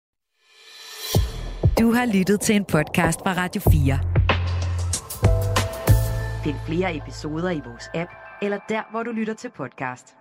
S1: Du har lyttet til en podcast fra Radio fire.
S21: Find flere episoder i vores app, eller der, hvor du lytter til podcast.